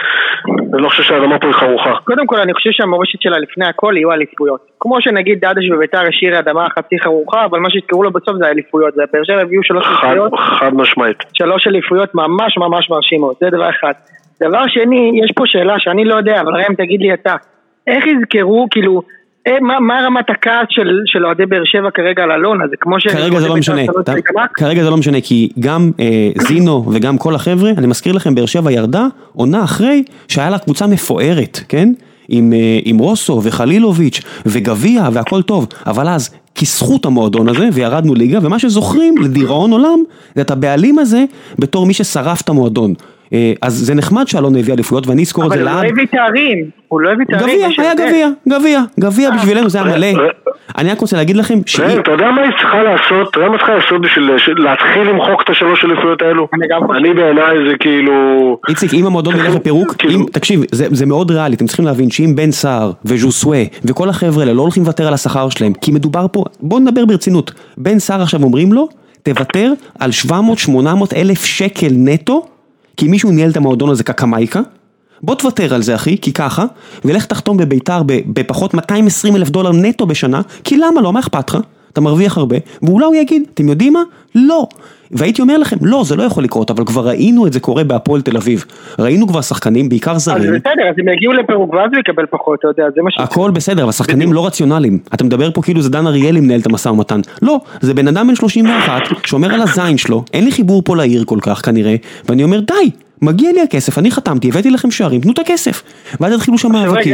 Speaker 3: אני לא חושב שהאדמה פה היא חרוכה.
Speaker 5: קודם כל, אני חושב שהמורשת שלה לפני הכל יהיו אליפויות. כמו שנגיד דדש בביתר השאיר אדמה חצי חרוכה, אבל מה שהתקראו לו בסוף זה האליפויות. זה באר שבע הביאו שלוש אליפויות.
Speaker 3: חד משמעית.
Speaker 5: שלוש אליפויות ממש ממש מרשימות, זה דבר אחד. דבר שני, יש פה שאלה שאני לא יודע, אבל ראם תגיד לי אתה, איך יזכרו, כאילו, מה, מה רמת הכעס של, של אוהדי באר שבע כרגע על אלונה? זה כמו ש...
Speaker 1: כרגע זה לא משנה, כרגע זה לא משנה, כי גם אה, זינו וגם כל החבר'ה, אני מזכיר לכם, באר שבע ירדה, עונה אחרי שהיה לה קבוצה מפוארת, כן? עם, אה, עם רוסו וחלילוביץ' וגביע והכל טוב, אבל אז כיסחו את המועדון הזה וירדנו ליגה, ומה שזוכרים לדיראון עולם, זה את הבעלים הזה בתור מי ששרף את המועדון. אז זה נחמד שאלונה הביא אליפויות, ואני אזכור את זה לעד.
Speaker 5: אבל הוא לא הביא תארים, הוא לא הביא תארים.
Speaker 1: גביע, היה גביע, גביע, גביע בשבילנו, זה היה מלא. אני רק רוצה להגיד לכם
Speaker 3: שהיא... אתה יודע מה היא צריכה לעשות? אתה יודע מה צריכה לעשות בשביל להתחיל למחוק את השלוש אליפויות האלו? אני בעיניי זה כאילו...
Speaker 1: איציק, אם המועדון ילך לפירוק, תקשיב, זה מאוד ריאלי, אתם צריכים להבין שאם בן סער וז'וסווה וכל החבר'ה האלה לא הולכים לוותר על השכר שלהם, כי מדובר פה, בואו נדבר ברצינות, בן סער עכשיו אומרים לו, תוותר על שבע מאות שמונה מאות אלף שקל נטו, כי מישהו ניהל את המועדון הזה כקמייקה, בוא תוותר על זה אחי, כי ככה, ולך תחתום בביתר בפחות מאתיים ועשרים אלף דולר נטו בשנה, כי למה לא, מה אכפת לך? אתה מרוויח הרבה, ואולי הוא יגיד, אתם יודעים מה? לא. והייתי אומר לכם, לא, זה לא יכול לקרות, אבל כבר ראינו את זה קורה בהפועל תל אביב. ראינו כבר שחקנים, בעיקר זרים.
Speaker 5: אז בסדר, אז הם יגיעו לפירוק, ואז הוא יקבל פחות, אתה יודע, זה מה ש...
Speaker 1: הכל בסדר, אבל שחקנים לא רציונליים. אתה מדבר פה כאילו זה דן אריאלי מנהל את המשא ומתן. לא, זה בן אדם בן שלושים ואחת, שאומר על הזין שלו, אין לי חיבור פה לעיר כל כך כנראה, ואני אומר, די, מגיע לי הכסף, אני חתמתי, הבאתי לכם שערים, תנו את הכסף. ואז התחילו שם מאבקים.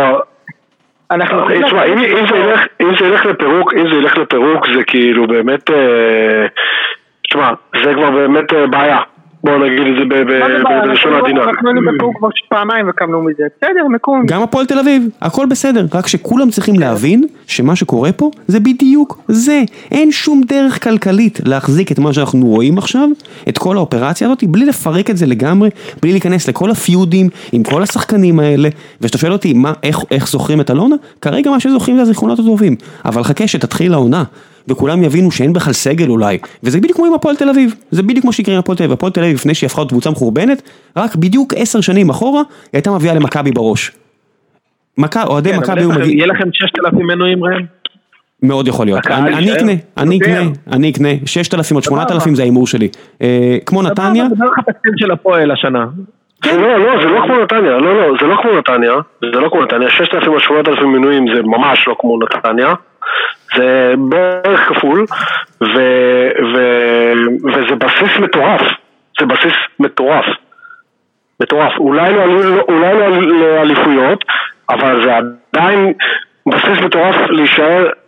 Speaker 5: אנחנו...
Speaker 3: תשמע, אם זה ילך לפירוק, אם זה ילך לפירוק, זה כאילו באמת... תשמע, זה כבר באמת בעיה. בואו נגיד את זה בלשון עדינה.
Speaker 5: אנחנו היינו בפירוק כבר פעמיים וקמנו מזה. בסדר, מקום.
Speaker 1: גם הפועל תל אביב, הכל בסדר. רק שכולם צריכים להבין שמה שקורה פה זה בדיוק זה. אין שום דרך כלכלית להחזיק את מה שאנחנו רואים עכשיו, את כל האופרציה הזאת, בלי לפרק את זה לגמרי, בלי להיכנס לכל הפיודים עם כל השחקנים האלה. ושאתה שואל אותי מה, איך, איך זוכרים את אלונה? כרגע מה שזוכרים זה הזיכרונות הטובים. אבל חכה שתתחיל העונה. וכולם יבינו שאין בכלל סגל אולי, וזה בדיוק כמו עם הפועל תל אביב, זה בדיוק כמו שיקרה עם הפועל תל אביב, הפועל תל אביב לפני שהיא הפכה להיות קבוצה מחורבנת, רק בדיוק עשר שנים אחורה, היא הייתה מביאה למכבי בראש. אוהדי מכבי הוא מגיע...
Speaker 4: יהיה לכם ששת אלפים מנויים רם?
Speaker 1: מאוד יכול להיות, אני אקנה, אני אקנה, אני אקנה, ששת אלפים או שמונת אלפים זה האימור שלי, כמו נתניה.
Speaker 4: זה דרך התקציב של הפועל השנה.
Speaker 3: לא, לא, זה לא כמו נתניה, לא, לא, זה לא כמו נתניה, זה לא כמו נתניה, ששת אלפים או שמונת אלפים מנויים זה ממש לא כמו נתניה. זה בערך כפול ו, ו, וזה בסיס מטורף, זה בסיס מטורף מטורף, אולי לא, אולי לא לאליפויות, אבל זה עדיין בסיס מטורף להישאר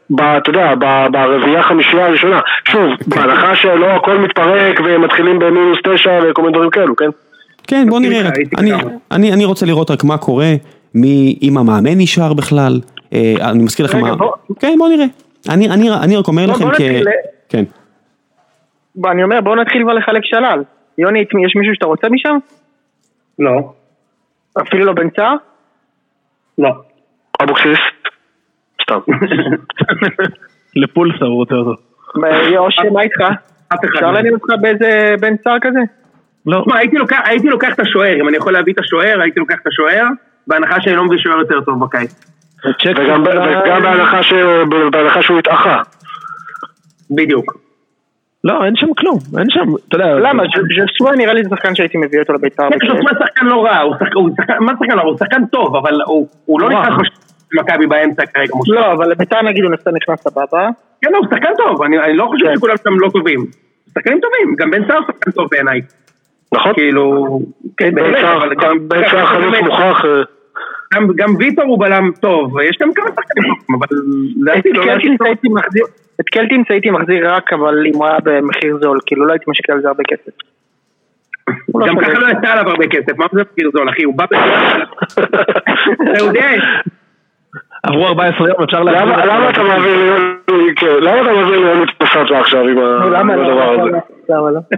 Speaker 3: אתה יודע, ברביעייה חמישייה הראשונה. שוב, בהנחה שלא הכל מתפרק ומתחילים במינוס תשע וכל מיני דברים כאלו, כן?
Speaker 1: כן, בוא נראה, אני רוצה לראות רק מה קורה, אם המאמן נשאר בכלל, אני מזכיר לכם מה... כן, בוא נראה. אני רק אומר לכם כ... כן.
Speaker 5: אני אומר, בואו נתחיל כבר לחלק שלל. יוני, יש מישהו שאתה רוצה משם?
Speaker 2: לא.
Speaker 5: אפילו לא בן צער?
Speaker 2: לא.
Speaker 3: אבוקסיס? סתם.
Speaker 4: לפולסה הוא רוצה אותו.
Speaker 5: יושי, מה איתך? אפשר להגיד אותך באיזה בן צער כזה?
Speaker 2: לא. הייתי לוקח את השוער, אם אני יכול להביא את השוער, הייתי לוקח את השוער, בהנחה שאני לא מביא שוער יותר טוב בקיץ.
Speaker 3: וגם בהנחה שהוא התאחה.
Speaker 2: בדיוק.
Speaker 4: לא, אין שם כלום, אין שם, אתה יודע...
Speaker 5: למה? ז'סואה נראה לי שחקן שהייתי מביא אותו לבית"ר.
Speaker 2: ז'סואה שחקן לא רע, מה שחקן לא רע? הוא שחקן טוב, אבל הוא לא נכנס מכבי באמצע כרגע.
Speaker 5: לא, אבל לבית"ר נגיד הוא נכנס סבבה.
Speaker 2: כן, הוא שחקן טוב, אני לא חושב שכולם שם לא טובים. שחקנים טובים, גם בן סער שחקן טוב בעיניי.
Speaker 3: נכון?
Speaker 2: כאילו...
Speaker 3: בן סער חלוץ מוכח...
Speaker 2: גם ויטור הוא בלם טוב, יש גם כמה שחקנים טוב, אבל...
Speaker 5: את קלטינס הייתי מחזיר רק, אבל אם הוא היה במחיר זול, כאילו לא הייתי משקיע על זה הרבה כסף.
Speaker 2: גם ככה לא יצא עליו הרבה כסף, מה זה מחיר זול, אחי? הוא בא בסדר. אתה יודע.
Speaker 4: עברו ארבע עשרה יום, אפשר
Speaker 3: להגיד... למה אתה מעביר לי... למה אתה מעביר לי עוד מתפסת לה עכשיו עם הדבר הזה?
Speaker 5: למה לא?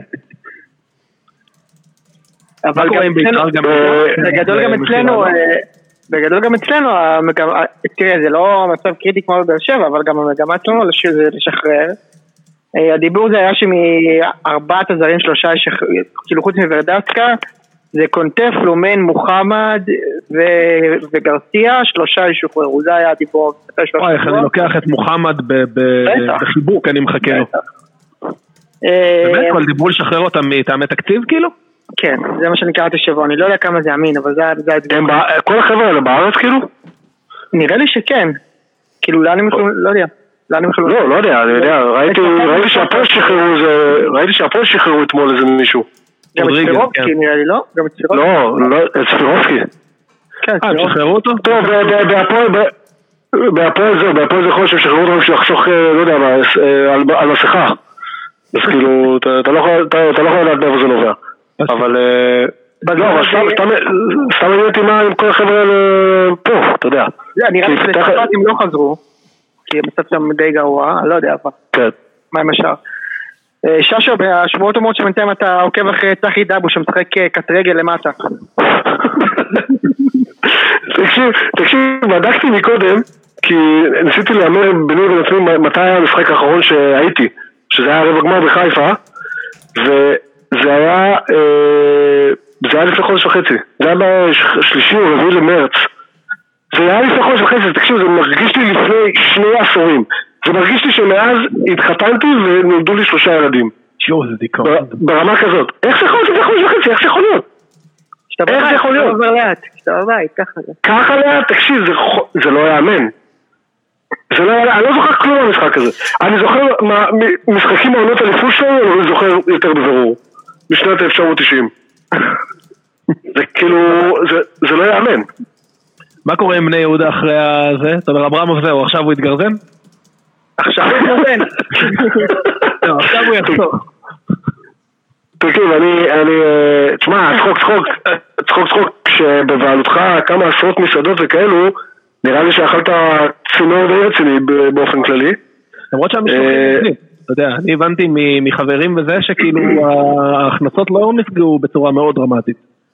Speaker 5: אבל בגדול גם אצלנו... בגדול גם אצלנו, תראה, זה לא מצב קריטי כמו בבאר שבע, אבל גם המגמה אצלנו זה לשחרר. הדיבור זה היה שמארבעת הזרים שלושה, כאילו חוץ מוורדסקה, זה קונטף, לומן, מוחמד וגרסיה, שלושה ישוחררו, זה היה הדיבור.
Speaker 4: וואי, איך אני לוקח את מוחמד בחיבוק, אני מחכה לו. באמת, אבל דיברו לשחרר אותם מטעמי תקציב כאילו?
Speaker 5: כן, זה מה שאני קראתי שבוע, אני לא יודע כמה זה אמין, אבל זה האתגר.
Speaker 3: כל החבר'ה האלה בארץ כאילו?
Speaker 5: נראה לי שכן. כאילו, לאן הם יכולים, לא יודע. לאן הם יכולים...
Speaker 3: לא, לא יודע, אני יודע, ראיתי שהפועל שחררו, ראיתי שהפועל שחררו אתמול איזה מישהו.
Speaker 5: גם את ספירובסקי נראה לי, לא? גם את ספירובסקי?
Speaker 3: לא, לא, את ספירובסקי.
Speaker 5: כן,
Speaker 4: ספירובסקי. אה, שחררו אותו?
Speaker 3: טוב, בהפועל זה, בהפועל זה יכול להיות ששחררו אותו בשביל לחסוך, לא יודע, על מסכה. אז כאילו, אתה לא יכול לדעת באיפה זה נובע. אבל לא, אבל סתם אני יודעתי מה עם כל החבר'ה האלה פה, אתה יודע.
Speaker 5: נראה לי שלצפת הם לא חזרו, כי הם מצב שם די גרוע, אני לא יודע אבל.
Speaker 3: כן.
Speaker 5: מה עם השאר? ששו, בשבועות אומרות שבינתיים אתה עוקב אחרי צחי דאבו שמשחק קט רגל למטה.
Speaker 3: תקשיב, תקשיב, בדקתי מקודם, כי ניסיתי לאמר ביני ובעצמי מתי היה המשחק האחרון שהייתי, שזה היה רבע גמר בחיפה, ו... זה היה, זה היה לפני חודש וחצי, זה היה בשלישי או רביעי למרץ, זה היה לפני חודש וחצי, תקשיב, זה מרגיש לי לפני שני עשורים, זה מרגיש לי שמאז התחתנתי ונולדו לי שלושה ילדים.
Speaker 4: שיעור, זה דיכאון.
Speaker 3: ברמה כזאת, איך זה יכול להיות לפני חודש וחצי, איך זה יכול להיות? איך זה יכול להיות?
Speaker 5: כשאתה עובר לאט, כשאתה בבית, ככה זה.
Speaker 3: ככה לאט, תקשיב, זה לא יאמן. זה לא, אני לא זוכר כלום במשחק הזה. אני זוכר משחקים מעונות אליפות שלנו, אני זוכר יותר בבירור. בשנת אלף תשע מאות תשעים. זה כאילו, זה לא יאמן.
Speaker 4: מה קורה עם בני יהודה אחרי הזה? אתה אומר, אברמוב זהו, עכשיו הוא יתגרזן?
Speaker 5: עכשיו הוא יתגרזן.
Speaker 4: עכשיו הוא יחזור.
Speaker 3: תקשיב, אני, אני, תשמע, צחוק צחוק, צחוק צחוק, כשבבעלותך כמה עשרות מסעדות וכאלו, נראה לי שאכלת צינור די רציני באופן כללי.
Speaker 4: למרות שהמשלוחים נפגעים. אתה יודע, אני הבנתי מחברים וזה שכאילו ההכנסות לא נפגעו בצורה מאוד דרמטית.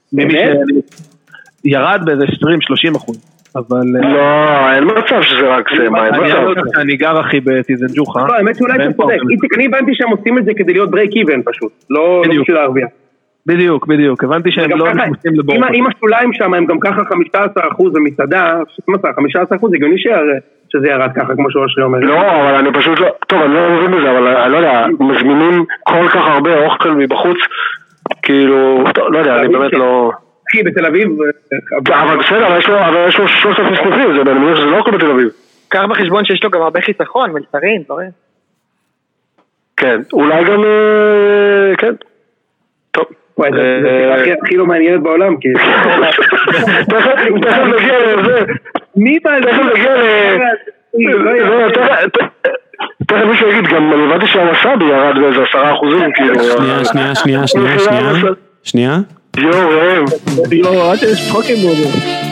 Speaker 4: ירד באיזה עשרים שלושים אחוז. אבל...
Speaker 3: לא, אין מצב שזה רק זה, מה, אין מצב.
Speaker 4: אני גר אחי בטיזן ג'וחה.
Speaker 2: לא, האמת שאולי אתה צודק. איציק, אני הבנתי שהם עושים את זה כדי להיות ברייק איבן פשוט. לא בשביל להרוויח.
Speaker 4: בדיוק, בדיוק. הבנתי שהם לא נכנסים לבור.
Speaker 2: אם השוליים שם הם גם ככה חמישה עשר אחוז במסעדה, חמישה עשר אחוז הגיוני שזה ירד ככה כמו שאושרי אומר.
Speaker 3: לא, אבל אני פשוט לא... טוב, אני לא מבין בזה, אבל אני לא יודע, מזמינים כל כך הרבה אוכל מבחוץ, כאילו, לא יודע, אני באמת לא...
Speaker 2: אחי, בתל אביב...
Speaker 3: אבל בסדר, אבל יש לו שלושת אלפים סניפים, זה באמת שזה לא הכל בתל אביב.
Speaker 5: קח בחשבון שיש לו גם הרבה חיסכון, מלצרים, דברים.
Speaker 3: כן, אולי גם... כן. טוב.
Speaker 2: וואי, זה הכי לא מעניינת בעולם, כי...
Speaker 3: תכף נגיע לזה.
Speaker 2: מי בא
Speaker 3: תכף נגיע תכף מישהו יגיד, גם אני הבנתי שהווסאבי ירד באיזה עשרה אחוזים, כאילו...
Speaker 1: שנייה, שנייה, שנייה, שנייה, שנייה, שנייה.
Speaker 3: יואו, ראם.
Speaker 4: יואו, עד שיש פחוקים בודו.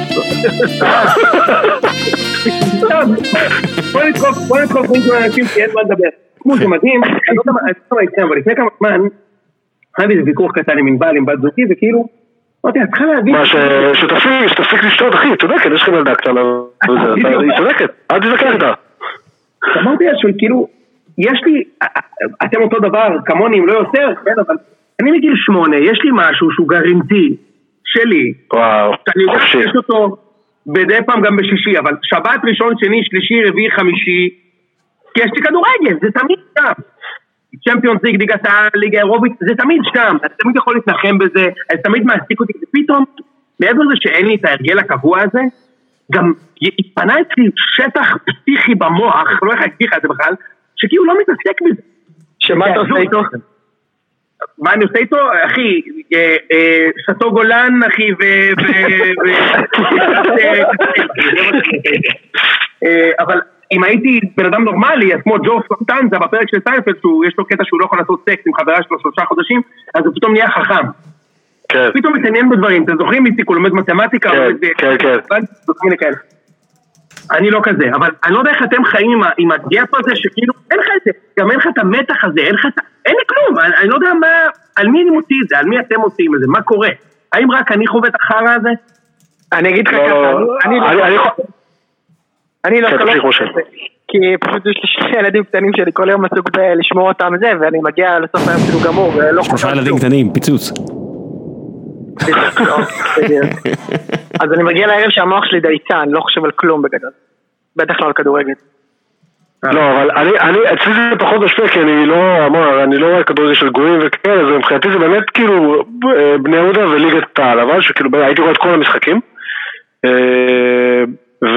Speaker 2: בוא נתקוף, בוא נתקוף עם האנשים כי אין מה לדבר. כמו זה מדהים, אני לא יודע מה איתכם, אבל לפני כמה זמן, היה לי איזה ויכוח קטן עם ענבל, עם בת זוגי, וכאילו, אמרתי, את צריכה להבין...
Speaker 3: מה, שתפסיק לשתות, אחי, צודקת, יש לכם ילדה קטנה, היא צודקת, אל תתווכח איתה.
Speaker 2: אמרתי לה שכאילו, יש לי, אתם אותו דבר, כמוני, אם לא יותר, כן, אבל אני מגיל שמונה, יש לי משהו שהוא גרנטי, שלי,
Speaker 3: וואו,
Speaker 2: שאני יודע שיש אותו בדי פעם גם בשישי, אבל שבת ראשון, שני, שלישי, רביעי, חמישי, כי יש לי כדורגל, זה תמיד שם. צ'מפיונס ליג, ליגת העל, ליגה אירופית, זה תמיד שם, אתה תמיד יכול להתנחם בזה, זה תמיד מעסיק אותי, ופתאום, מעבר לזה שאין לי את ההרגל הקבוע הזה, גם התפנה אצלי שטח פסיכי במוח, לא איך להגדיר לך את זה בכלל, שכאילו לא מתעסק בזה.
Speaker 5: שמה אתה עושה איתו?
Speaker 2: מה אני עושה איתו? אחי, שתו גולן, אחי, ו... אבל אם הייתי בן אדם נורמלי, אז כמו ג'ו סטנזה בפרק של סיינפלד, שיש לו קטע שהוא לא יכול לעשות סקס עם חברה שלו שלושה חודשים, אז הוא פתאום נהיה חכם. פתאום מתעניין בדברים, אתם זוכרים איציק, הוא לומד מתמטיקה,
Speaker 3: כן, כן.
Speaker 2: אני לא כזה, אבל אני לא יודע איך אתם חיים עם הגאפ הזה, שכאילו אין לך את זה, גם אין לך את המתח הזה, אין לך את... אין לי כלום, אני לא יודע מה, על מי אני מוציא את זה, על מי אתם מוציאים את זה, מה קורה? האם רק אני חווה את החרא הזה?
Speaker 5: אני אגיד לך ככה, אני לא... אני לא חושב, כי פשוט יש לי שני ילדים קטנים שלי כל יום עסוק בלשמור אותם זה, ואני מגיע לסוף היום כאילו גמור, ולא
Speaker 1: שלושה ילדים קטנים, פיצוץ.
Speaker 5: אז אני מגיע לערב שהמוח שלי דייצה, אני לא חושב על כלום בגדול, בטח לא על כדורגל.
Speaker 3: לא, אבל אני, אצלי זה פחות משפיע, כי אני לא, אמר, אני לא רואה כדורגל של גויים וכאלה, אז מבחינתי זה באמת כאילו בני יהודה וליגת העל, אבל שכאילו הייתי רואה את כל המשחקים, ו...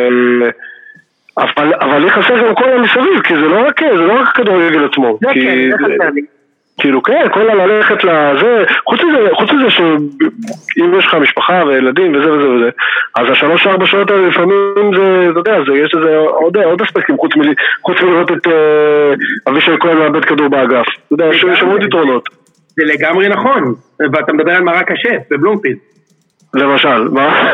Speaker 3: אבל, אבל לי חסר גם כל המסביב, כי זה לא רק, זה לא רק כדורגל עצמו.
Speaker 5: זה
Speaker 3: כי...
Speaker 5: כן, זה חסר לי.
Speaker 3: כאילו כן, כל הללכת לזה, חוץ מזה, חוץ מזה שאם יש לך משפחה וילדים וזה וזה וזה, אז השלוש ארבע שעות האלה לפעמים זה, אתה יודע, זה, יש איזה עוד, עוד אספקטים, חוץ, מ, חוץ מלראות את אה, אבישי כהן מאבד כדור באגף. אתה יודע, יש עוד יתרונות.
Speaker 2: זה לגמרי נכון, ואתה מדבר על מרק השף בבלומפילד.
Speaker 3: למשל, מה?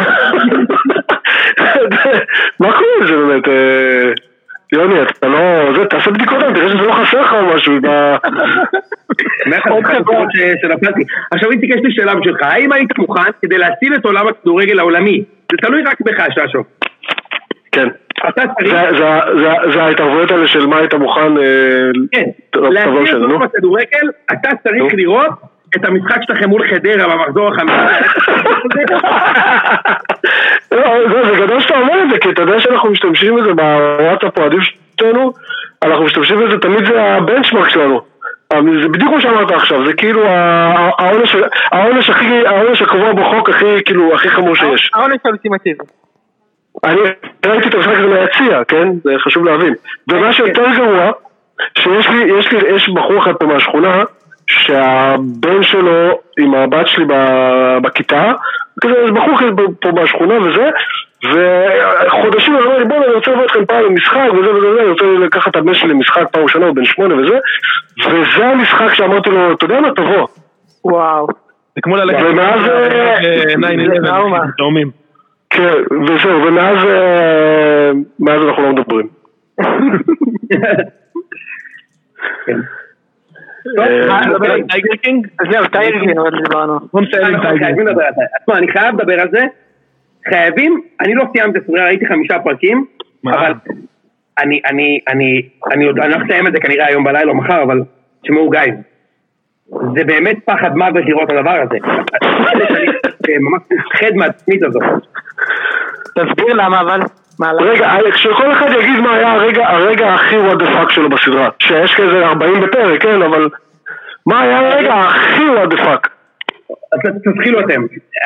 Speaker 3: מה קורה זה באמת? יוני, אתה לא... זה, תעשה בדיקות, תראה שזה לא חסר לך או משהו.
Speaker 2: עוד חברות שנפלתי. עכשיו איציק, יש לי שאלה בשבילך, האם היית מוכן כדי להציל את עולם הכדורגל העולמי? זה תלוי רק בך, ששו.
Speaker 3: כן. זה ההתערבויות האלה של מה היית מוכן...
Speaker 2: כן, להציל את עולם הכדורגל, אתה צריך לראות את המשחק שלכם מול חדרה במחזור החמישי.
Speaker 3: זה גדול שאתה אומר את זה, כי אתה יודע שאנחנו משתמשים בזה בוואטסאפ העדיף שלנו, אנחנו משתמשים בזה, תמיד זה הבנצ'מרק שלנו. זה בדיוק כמו שאמרת עכשיו, זה כאילו העונש הקבוע בחוק הכי חמור שיש.
Speaker 5: העונש האולטימטיבי.
Speaker 3: אני ראיתי את המשחק הזה מהיציע, כן? זה חשוב להבין. ומה שיותר גרוע, שיש לי, יש לי, יש בחור אחד פה מהשכונה, שהבן שלו עם הבת שלי בכיתה, כזה, יש בחור פה בשכונה וזה, וחודשים הוא אומר לי, בוא, אני רוצה לבוא אתכם פעם למשחק וזה וזה וזה, אני רוצה לקחת את הבן שלי למשחק פעם ראשונה, הוא בן שמונה וזה, וזה המשחק שאמרתי לו, אתה יודע מה, תבוא.
Speaker 5: וואו.
Speaker 4: זה כמו ללכת.
Speaker 3: ומאז...
Speaker 4: תאומים.
Speaker 3: כן, וזהו, ומאז מאז אנחנו לא מדברים.
Speaker 5: כן. טייגר קינג? זהו, טייגר קינג, אבל דיברנו.
Speaker 2: אני חייב לדבר על זה. חייבים, אני לא סיימתי סדרה, ראיתי חמישה פרקים, אבל אני, אני, אני, אני עוד, אני לא אסיים את זה כנראה היום בלילה או מחר, אבל תשמעו גיא, זה באמת פחד מוות לראות את הדבר הזה. אני ממש מפחד מהתצמית הזאת.
Speaker 5: תסביר למה אבל?
Speaker 3: רגע, כשכל אחד יגיד מה היה הרגע הכי what the fuck שלו בסדרה, שיש כזה ארבעים בפרק, כן, אבל מה היה הרגע הכי what the fuck?
Speaker 2: אז תתחילו אתם.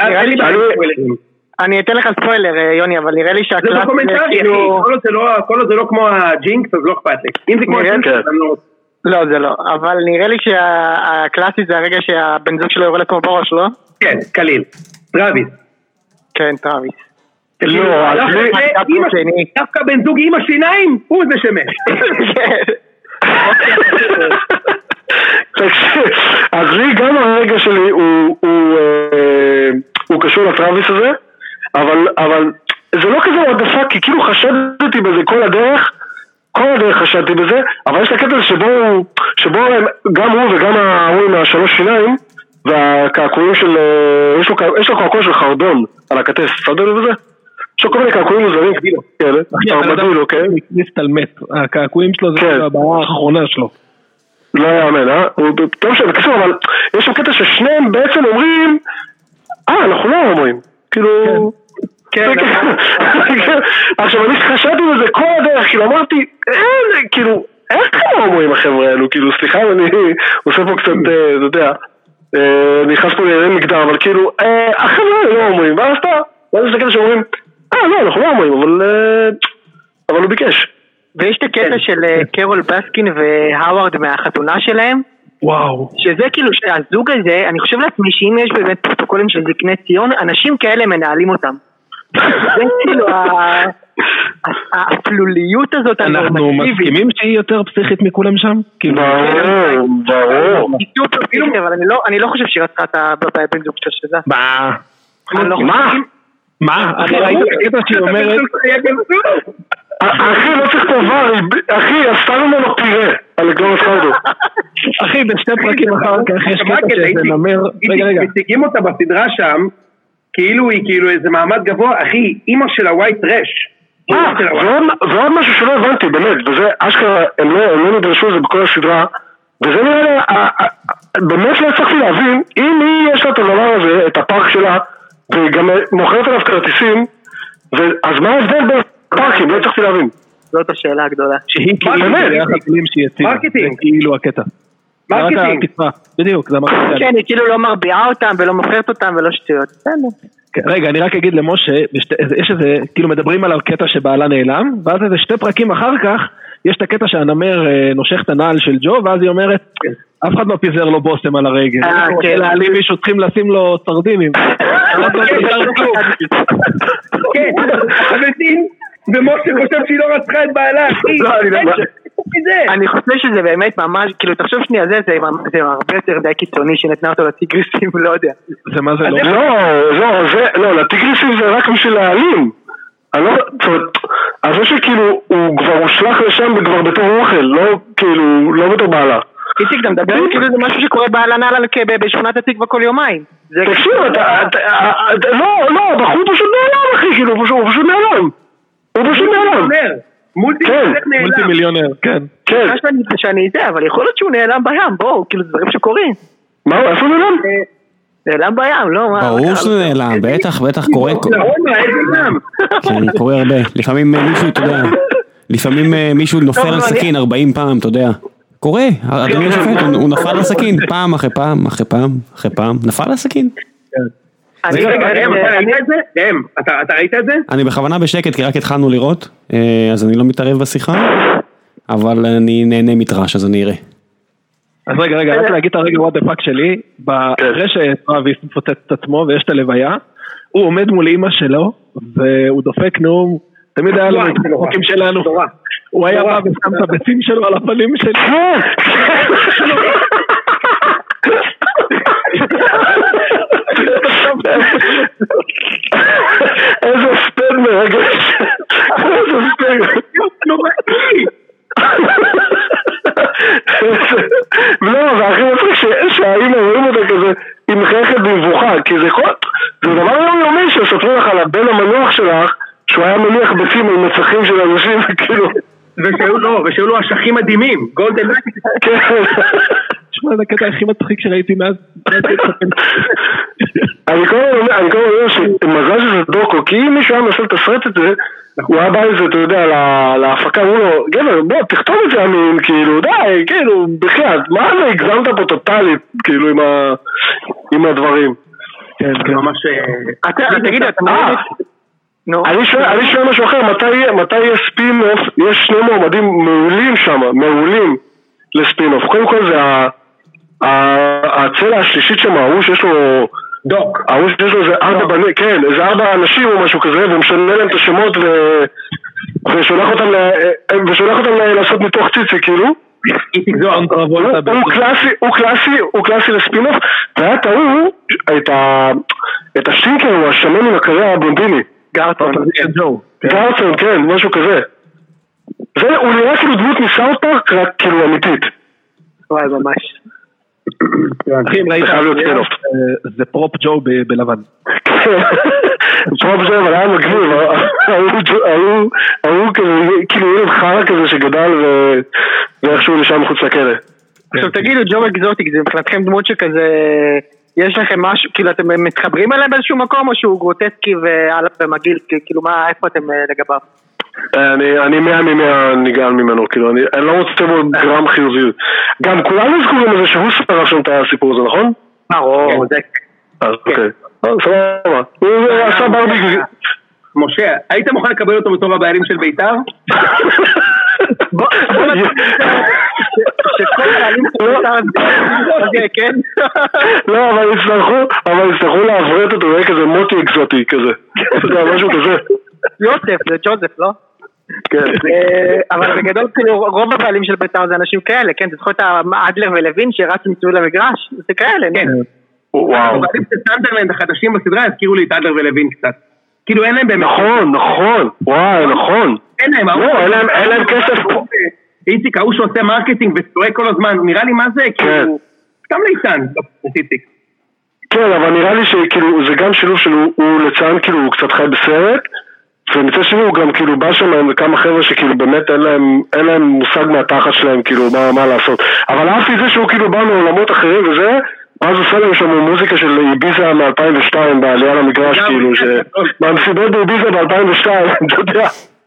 Speaker 5: אני אתן לך ספוילר, יוני, אבל נראה לי שהקלאס...
Speaker 2: זה לא קומנטרי, אחי, כל עוד זה לא כמו הג'ינקס, אז לא אכפת לי. אם זה כמו הג'ינקס, אני לא רוצה.
Speaker 5: לא, זה לא, אבל נראה לי שהקלאסי זה הרגע שהבן זוג שלו יורד כמו בראש, לא?
Speaker 2: כן, קליל. טראביס.
Speaker 5: כן, טראביס.
Speaker 3: לא,
Speaker 2: דווקא בן זוג עם השיניים, הוא זה שמת.
Speaker 3: אז לי גם הרגע שלי הוא קשור לטראביס הזה, אבל זה לא כזה עדפה, כי כאילו חשדתי בזה כל הדרך, כל הדרך חשדתי בזה, אבל יש את הקטע שבו גם הוא וגם ההוא עם השלוש שיניים, והקעקועים של, יש לו קעקוע של חרדון על הכתף, אתה יודע בזה? יש לו כל מיני קעקועים מוזרים כאלה,
Speaker 4: הרמדילו, כן? מסתלמת, הקעקועים שלו זה הבאה האחרונה שלו.
Speaker 3: לא יאמן, אה? טוב שהם בקסום, אבל יש שם קטע ששניהם בעצם אומרים, אה, אנחנו לא אומרים, כאילו... כן, עכשיו אני חשבתי בזה כל הדרך, כאילו אמרתי, אין, כאילו, איך לא אומרים החבר'ה האלו, כאילו, סליחה, אני עושה פה קצת, אתה יודע, נכנס פה לעניין מגדר, אבל כאילו, החבר'ה לא אומרים, ואז אתה, ואז יש את הקטע שאומרים, אה, לא, אנחנו לא אומרים, אבל, אבל הוא ביקש.
Speaker 5: ויש את הקטע של קרול בסקין והאווארד מהחתונה שלהם,
Speaker 4: וואו.
Speaker 5: שזה כאילו, הזוג הזה, אני חושב לעצמי שאם יש באמת פרוטוקולים של זקני ציון, אנשים כאלה מנהלים אותם. זה כאילו הפלוליות הזאת.
Speaker 4: אנחנו מסכימים שהיא יותר פסיכית מכולם שם?
Speaker 3: ברור, ברור.
Speaker 5: אבל אני לא חושב שהיא רצתה את הבן זוג של שזה.
Speaker 4: מה?
Speaker 5: מה?
Speaker 4: מה? אני ראיתי את הקטע שהיא אומרת...
Speaker 3: אחי, לא צריך דבר, אחי, עשתה ממנו פירה על גלומס חרדו.
Speaker 4: אחי, בשתי פרקים אחר כך יש קטע שזה נאמר... רגע, רגע.
Speaker 2: מציגים אותה בסדרה שם, כאילו היא כאילו איזה מעמד גבוה, אחי, אמא של הווייט רש.
Speaker 3: אה, ועוד משהו שלא הבנתי, באמת, וזה אשכרה, הם לא נדרשו את זה בכל הסדרה, וזה נראה לי, באמת לא הצלחתי להבין, אם היא יש לה את הדבר הזה, את הפארק שלה, והיא גם מוכרת עליו כרטיסים, אז מה ההבדל בין פארקים? לא הצלחתי להבין.
Speaker 5: זאת השאלה הגדולה.
Speaker 4: שהיא כאילו
Speaker 2: מרקטינג.
Speaker 4: כאילו הקטע.
Speaker 2: מרקטינג.
Speaker 4: בדיוק, זה מרקטינג.
Speaker 5: כן, היא כאילו לא מרביעה אותם ולא מוכרת אותם ולא שטויות.
Speaker 4: רגע, אני רק אגיד למשה, יש איזה, כאילו מדברים על הקטע שבעלה נעלם, ואז איזה שתי פרקים אחר כך, יש את הקטע שהנמר נושך את הנעל של ג'ו, ואז היא אומרת, אף אחד לא פיזר לו בוסם על הרגל. אלא עלים מישהו צריכים לשים לו סרדינים.
Speaker 2: כן, אבטין, ומשה חושב שהיא לא רצחה את בעלה, אחי.
Speaker 5: אני חושב שזה באמת ממש, כאילו תחשוב שנייה, זה הרבה יותר די קיצוני שנתנה אותו לטיגריסים, לא יודע.
Speaker 4: זה מה זה לא?
Speaker 3: לא, לא, לטיגריסים זה רק בשביל העלים. אז זה שכאילו הוא כבר הושלח לשם וכבר בתור אוכל, לא כאילו, לא בתור בעלה.
Speaker 5: איציק, אתה מדבר כאילו זה משהו שקורה בעלנה בשכונת התקווה כל יומיים.
Speaker 3: תקשיב, לא, לא, הוא פשוט נעלם אחי, כאילו, הוא פשוט נעלם. הוא פשוט נעלם.
Speaker 4: מולטי מיליונר, כן.
Speaker 5: כן. שאני זה, אבל יכול להיות שהוא נעלם בים, בואו, כאילו זה דברים שקורים.
Speaker 3: מה הוא, איפה הוא נעלם?
Speaker 5: נעלם בים, לא, מה?
Speaker 1: ברור שזה נעלם, בטח, בטח קורה. כן, קורה הרבה. לפעמים מישהו, אתה יודע, לפעמים מישהו נופל על סכין ארבעים פעם, אתה יודע. קורה, אדוני השופט, הוא נפל על סכין, פעם אחרי פעם, אחרי פעם, אחרי פעם, נפל על סכין.
Speaker 2: רגע, ראם, אתה ראית את זה? ראם, אתה ראית את זה?
Speaker 1: אני בכוונה בשקט, כי רק התחלנו לראות, אז אני לא מתערב בשיחה, אבל אני נהנה מתרש, אז אני אראה.
Speaker 4: אז רגע, רגע, רק להגיד את הרגע what the fuck שלי, אחרי שטראביס מפוצץ את עצמו ויש את הלוויה, הוא עומד מול אמא שלו, והוא דופק נאום, תמיד היה לו את החוקים שלנו, הוא היה בא ושם את הביצים שלו על הפנים שלי.
Speaker 3: איזה ספד מרגש, איזה ספד. לא, והכי מצחיק שהאמא רואים אותה כזה, היא מחייכת במבוכה, כי זה דבר יומיומי שסופרים לך על הבן המנוח שלך, שהוא היה מניח ביצים על מצחים של אנשים, כאילו...
Speaker 2: ושהיו לו אשכים מדהימים, גולדן לייט.
Speaker 3: כן.
Speaker 4: תשמע, זה הקטע הכי מצחיק שראיתי מאז.
Speaker 3: אני כל הזמן אומר שמזל שזה דוקו, כי אם מישהו היה מנסה לתסרט את זה, הוא היה בא לזה, אתה יודע, להפקה, הוא לא, גבר, בוא, תכתוב את זה אמין, כאילו, די, כאילו, בכלל, מה זה, הגזמת פה טוטלית, כאילו, עם הדברים.
Speaker 2: כן, כן. ממש...
Speaker 5: תגיד, אתה מבין?
Speaker 3: אני שואל משהו אחר, מתי יש ספין-אוף, יש שני מועמדים מעולים שם, מעולים לספין-אוף. קודם כל זה הצלע השלישית שם, הוא שיש לו
Speaker 2: דוק.
Speaker 3: ההוא שיש לו איזה ארבע בנים, כן, איזה ארבע אנשים או משהו כזה, והוא משנה להם את השמות ושולח אותם ושולח אותם לעשות מתוך ציצי, כאילו. הוא קלאסי, הוא קלאסי, הוא קלאסי לספינוף, והיה תאו את השינקר, הוא השמן עם הקריירה הבלונדיני.
Speaker 4: גארטון,
Speaker 3: גארטון, כן, משהו כזה. הוא נראה כאילו דמות מסאוט פארק, רק כאילו אמיתית.
Speaker 5: וואי, ממש.
Speaker 4: אחים, ראית, זה פרופ ג'ו בלבן.
Speaker 3: פרופ ג'ו, אבל היה מגניב, הוא כאילו ילד חרא כזה שגדל ואיכשהו נשאר מחוץ לכלא.
Speaker 5: עכשיו תגידו, ג'ו אקזוטיק, זה מבחינתכם דמות שכזה, יש לכם משהו, כאילו אתם מתחברים אליהם באיזשהו מקום, או שהוא גרוטסקי ומגעיל, כאילו מה, איפה אתם לגביו?
Speaker 3: אני מאה ממאה נגעל ממנו, כאילו, אני לא רוצה בו גרם חיוביות. גם כולנו זכורים לזה שהוא ספר שם את הסיפור הזה, נכון?
Speaker 2: ברור, זה...
Speaker 3: אז אוקיי, סבבה. הוא עשה ברביק...
Speaker 2: משה, היית מוכן לקבל אותו בתור הבעלים של בית"ר?
Speaker 5: בוא נתחיל שכל הבעלים של בית"ר, כן?
Speaker 3: לא, אבל יצטרכו, אבל יצטרכו לעברת אותו, זה כזה מוטי אקזוטי כזה. זה משהו כזה.
Speaker 5: יוסף, זה ג'וזף, לא?
Speaker 3: כן.
Speaker 5: אבל בגדול, כאילו, רוב הבעלים של בית"ר זה אנשים כאלה, כן? זה זכות אדלר ולוין שרץ מצוי למגרש, זה כאלה, כן?
Speaker 3: וואו.
Speaker 2: הבעלים של סנדרלנד החדשים בסדרה הזכירו לי את אדלר ולוין קצת. כאילו אין להם באמת...
Speaker 3: נכון, נכון, וואי, נכון.
Speaker 2: אין להם,
Speaker 3: לא, אין להם כסף.
Speaker 2: איציק, ההוא שעושה מרקטינג וצועק כל הזמן, נראה לי מה זה, כאילו, סתם ליצן, איציק.
Speaker 3: כן, אבל נראה לי שכאילו, זה גם שילוב שלו, הוא ליצן, כאילו, הוא קצת חי בסרט, ומצד שני הוא גם כאילו בא שם לכמה חבר'ה שכאילו באמת אין להם, אין להם מושג מהתחת שלהם, כאילו, מה, מה לעשות. אבל אהבתי זה שהוא כאילו בא מעולמות אחרים וזה, ואז עושה להם שם מוזיקה של איביזה מ-אלפיים ושתיים בעלייה למגרש, כאילו, מהמסיבות באיביזה ב-אלפיים ושתיים, אתה יודע.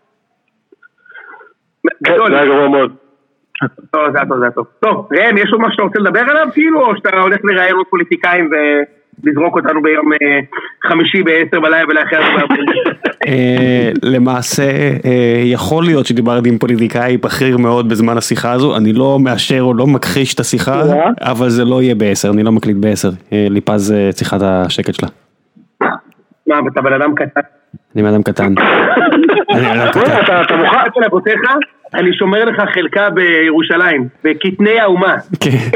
Speaker 3: כן, זה היה גרוע מאוד.
Speaker 2: טוב, זה היה טוב, זה היה טוב. טוב, ראם, יש עוד מה שאתה רוצה לדבר עליו, כאילו, או שאתה הולך לראיין עוד פוליטיקאים ולזרוק אותנו ביום חמישי בעשר בלילה ולאחר הרבה?
Speaker 1: למעשה, יכול להיות שדיברתי עם פוליטיקאי בכיר מאוד בזמן השיחה הזו, אני לא מאשר או לא מכחיש את השיחה, אבל זה לא יהיה בעשר, אני לא מקליט בעשר, ליפז צריכת השקט שלה.
Speaker 2: מה, אתה בן אדם קטן?
Speaker 1: אני בן אדם קטן.
Speaker 2: אתה מוכן של אבותיך? אני שומר לך חלקה בירושלים, בקטני האומה.
Speaker 1: כן.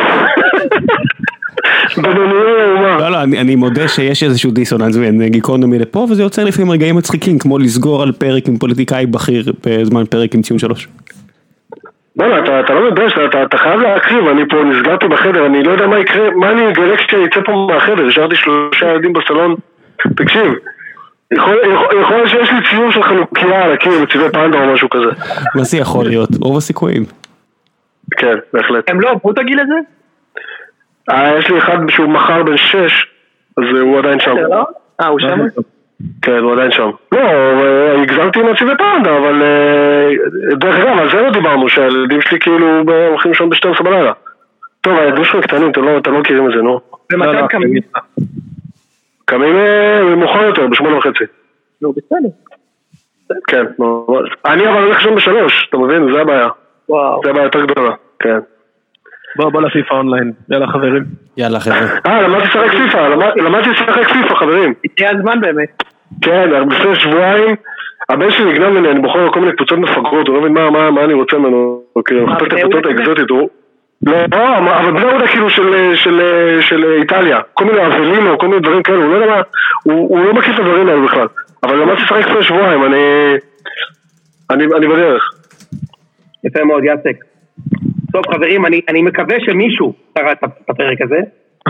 Speaker 1: לא, לא, אני מודה שיש איזשהו דיסוננס בין גיקונומי לפה, וזה יוצר לפעמים רגעים מצחיקים, כמו לסגור על פרק עם פוליטיקאי בכיר בזמן פרק עם ציון שלוש.
Speaker 3: בוא'נה, אתה לא מדבר, אתה חייב להקריב, אני פה נסגרתי בחדר, אני לא יודע מה יקרה, מה אני אגלה כשאני יצא פה מהחדר, השארתי שלושה ילדים בסלון, תקשיב, יכול להיות שיש לי ציור של חנוכיה על הקיר, בצבעי פנדה או משהו כזה.
Speaker 1: מה זה יכול להיות? רוב הסיכויים.
Speaker 3: כן, בהחלט.
Speaker 5: הם לא עברו את הגיל הזה?
Speaker 3: יש לי אחד שהוא מחר בן שש, אז הוא עדיין שם.
Speaker 5: אה, הוא שם?
Speaker 3: כן, הוא עדיין שם. לא, הגזמתי עם הצבעי פנדה, אבל דרך אגב, על זה לא דיברנו, שהילדים שלי כאילו הולכים שם בשתיים עשרה בלילה. טוב, הילדים שלך קטנים, אתם לא מכירים את זה, נו.
Speaker 5: ומתי קמים?
Speaker 3: קמים מאוחר יותר, בשמונה וחצי.
Speaker 5: לא, בסדר.
Speaker 3: כן, אני אבל הולך שם בשלוש, אתה מבין? זה הבעיה.
Speaker 5: וואו.
Speaker 3: זה הבעיה יותר גדולה, כן.
Speaker 4: בוא, בוא לפיפה אונליין, יאללה חברים.
Speaker 1: יאללה חבר'ה.
Speaker 3: אה, למדתי לשחק פיפה, למדתי לשחק פיפה חברים.
Speaker 5: הגיע הזמן באמת.
Speaker 3: כן, לפני שבועיים, הבן שלי נגנב ממני, אני בוחר כל מיני קבוצות מפגרות, הוא לא מבין מה אני רוצה ממנו, כאילו, אני מחפש את הקבוצות האקזוטית, הוא... לא, אבל בני יהודה כאילו של איטליה, כל מיני אבלינו, כל מיני דברים כאלה, הוא לא יודע מה, הוא לא מכיר את הדברים האלה בכלל, אבל למדתי לשחק לפני שבועיים, אני בדרך.
Speaker 2: יפה מאוד, יצק. טוב חברים, אני מקווה שמישהו שרד את הפרק הזה,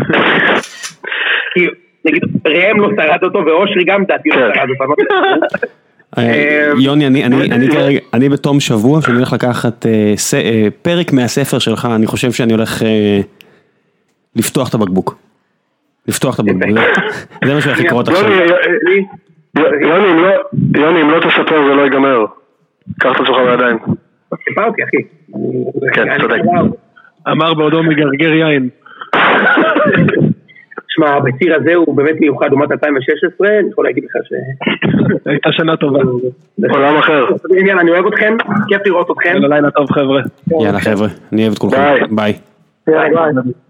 Speaker 2: כי נגיד ראם לא שרד אותו ואושרי גם דעתי לא שרד אותו.
Speaker 1: יוני, אני בתום שבוע שאני הולך לקחת פרק מהספר שלך, אני חושב שאני הולך לפתוח את הבקבוק. לפתוח את הבקבוק, זה מה שהולך לקרות עכשיו.
Speaker 3: יוני, אם לא תספר זה לא ייגמר. קח את עצמך בידיים.
Speaker 2: סיפרתי אחי.
Speaker 3: כן, צודק.
Speaker 4: אמר בעודו מגרגר יין.
Speaker 2: תשמע, הבציר הזה הוא באמת מיוחד לעומת אלפיים ושש עשרה, אני יכול להגיד לך ש...
Speaker 4: הייתה שנה טובה.
Speaker 3: עולם אחר.
Speaker 2: יאללה, אני אוהב אתכם, כיף לראות אתכם.
Speaker 4: יאללה, לילה טוב חבר'ה.
Speaker 1: יאללה חבר'ה, אני אוהב את כולכם. ביי.
Speaker 5: ביי.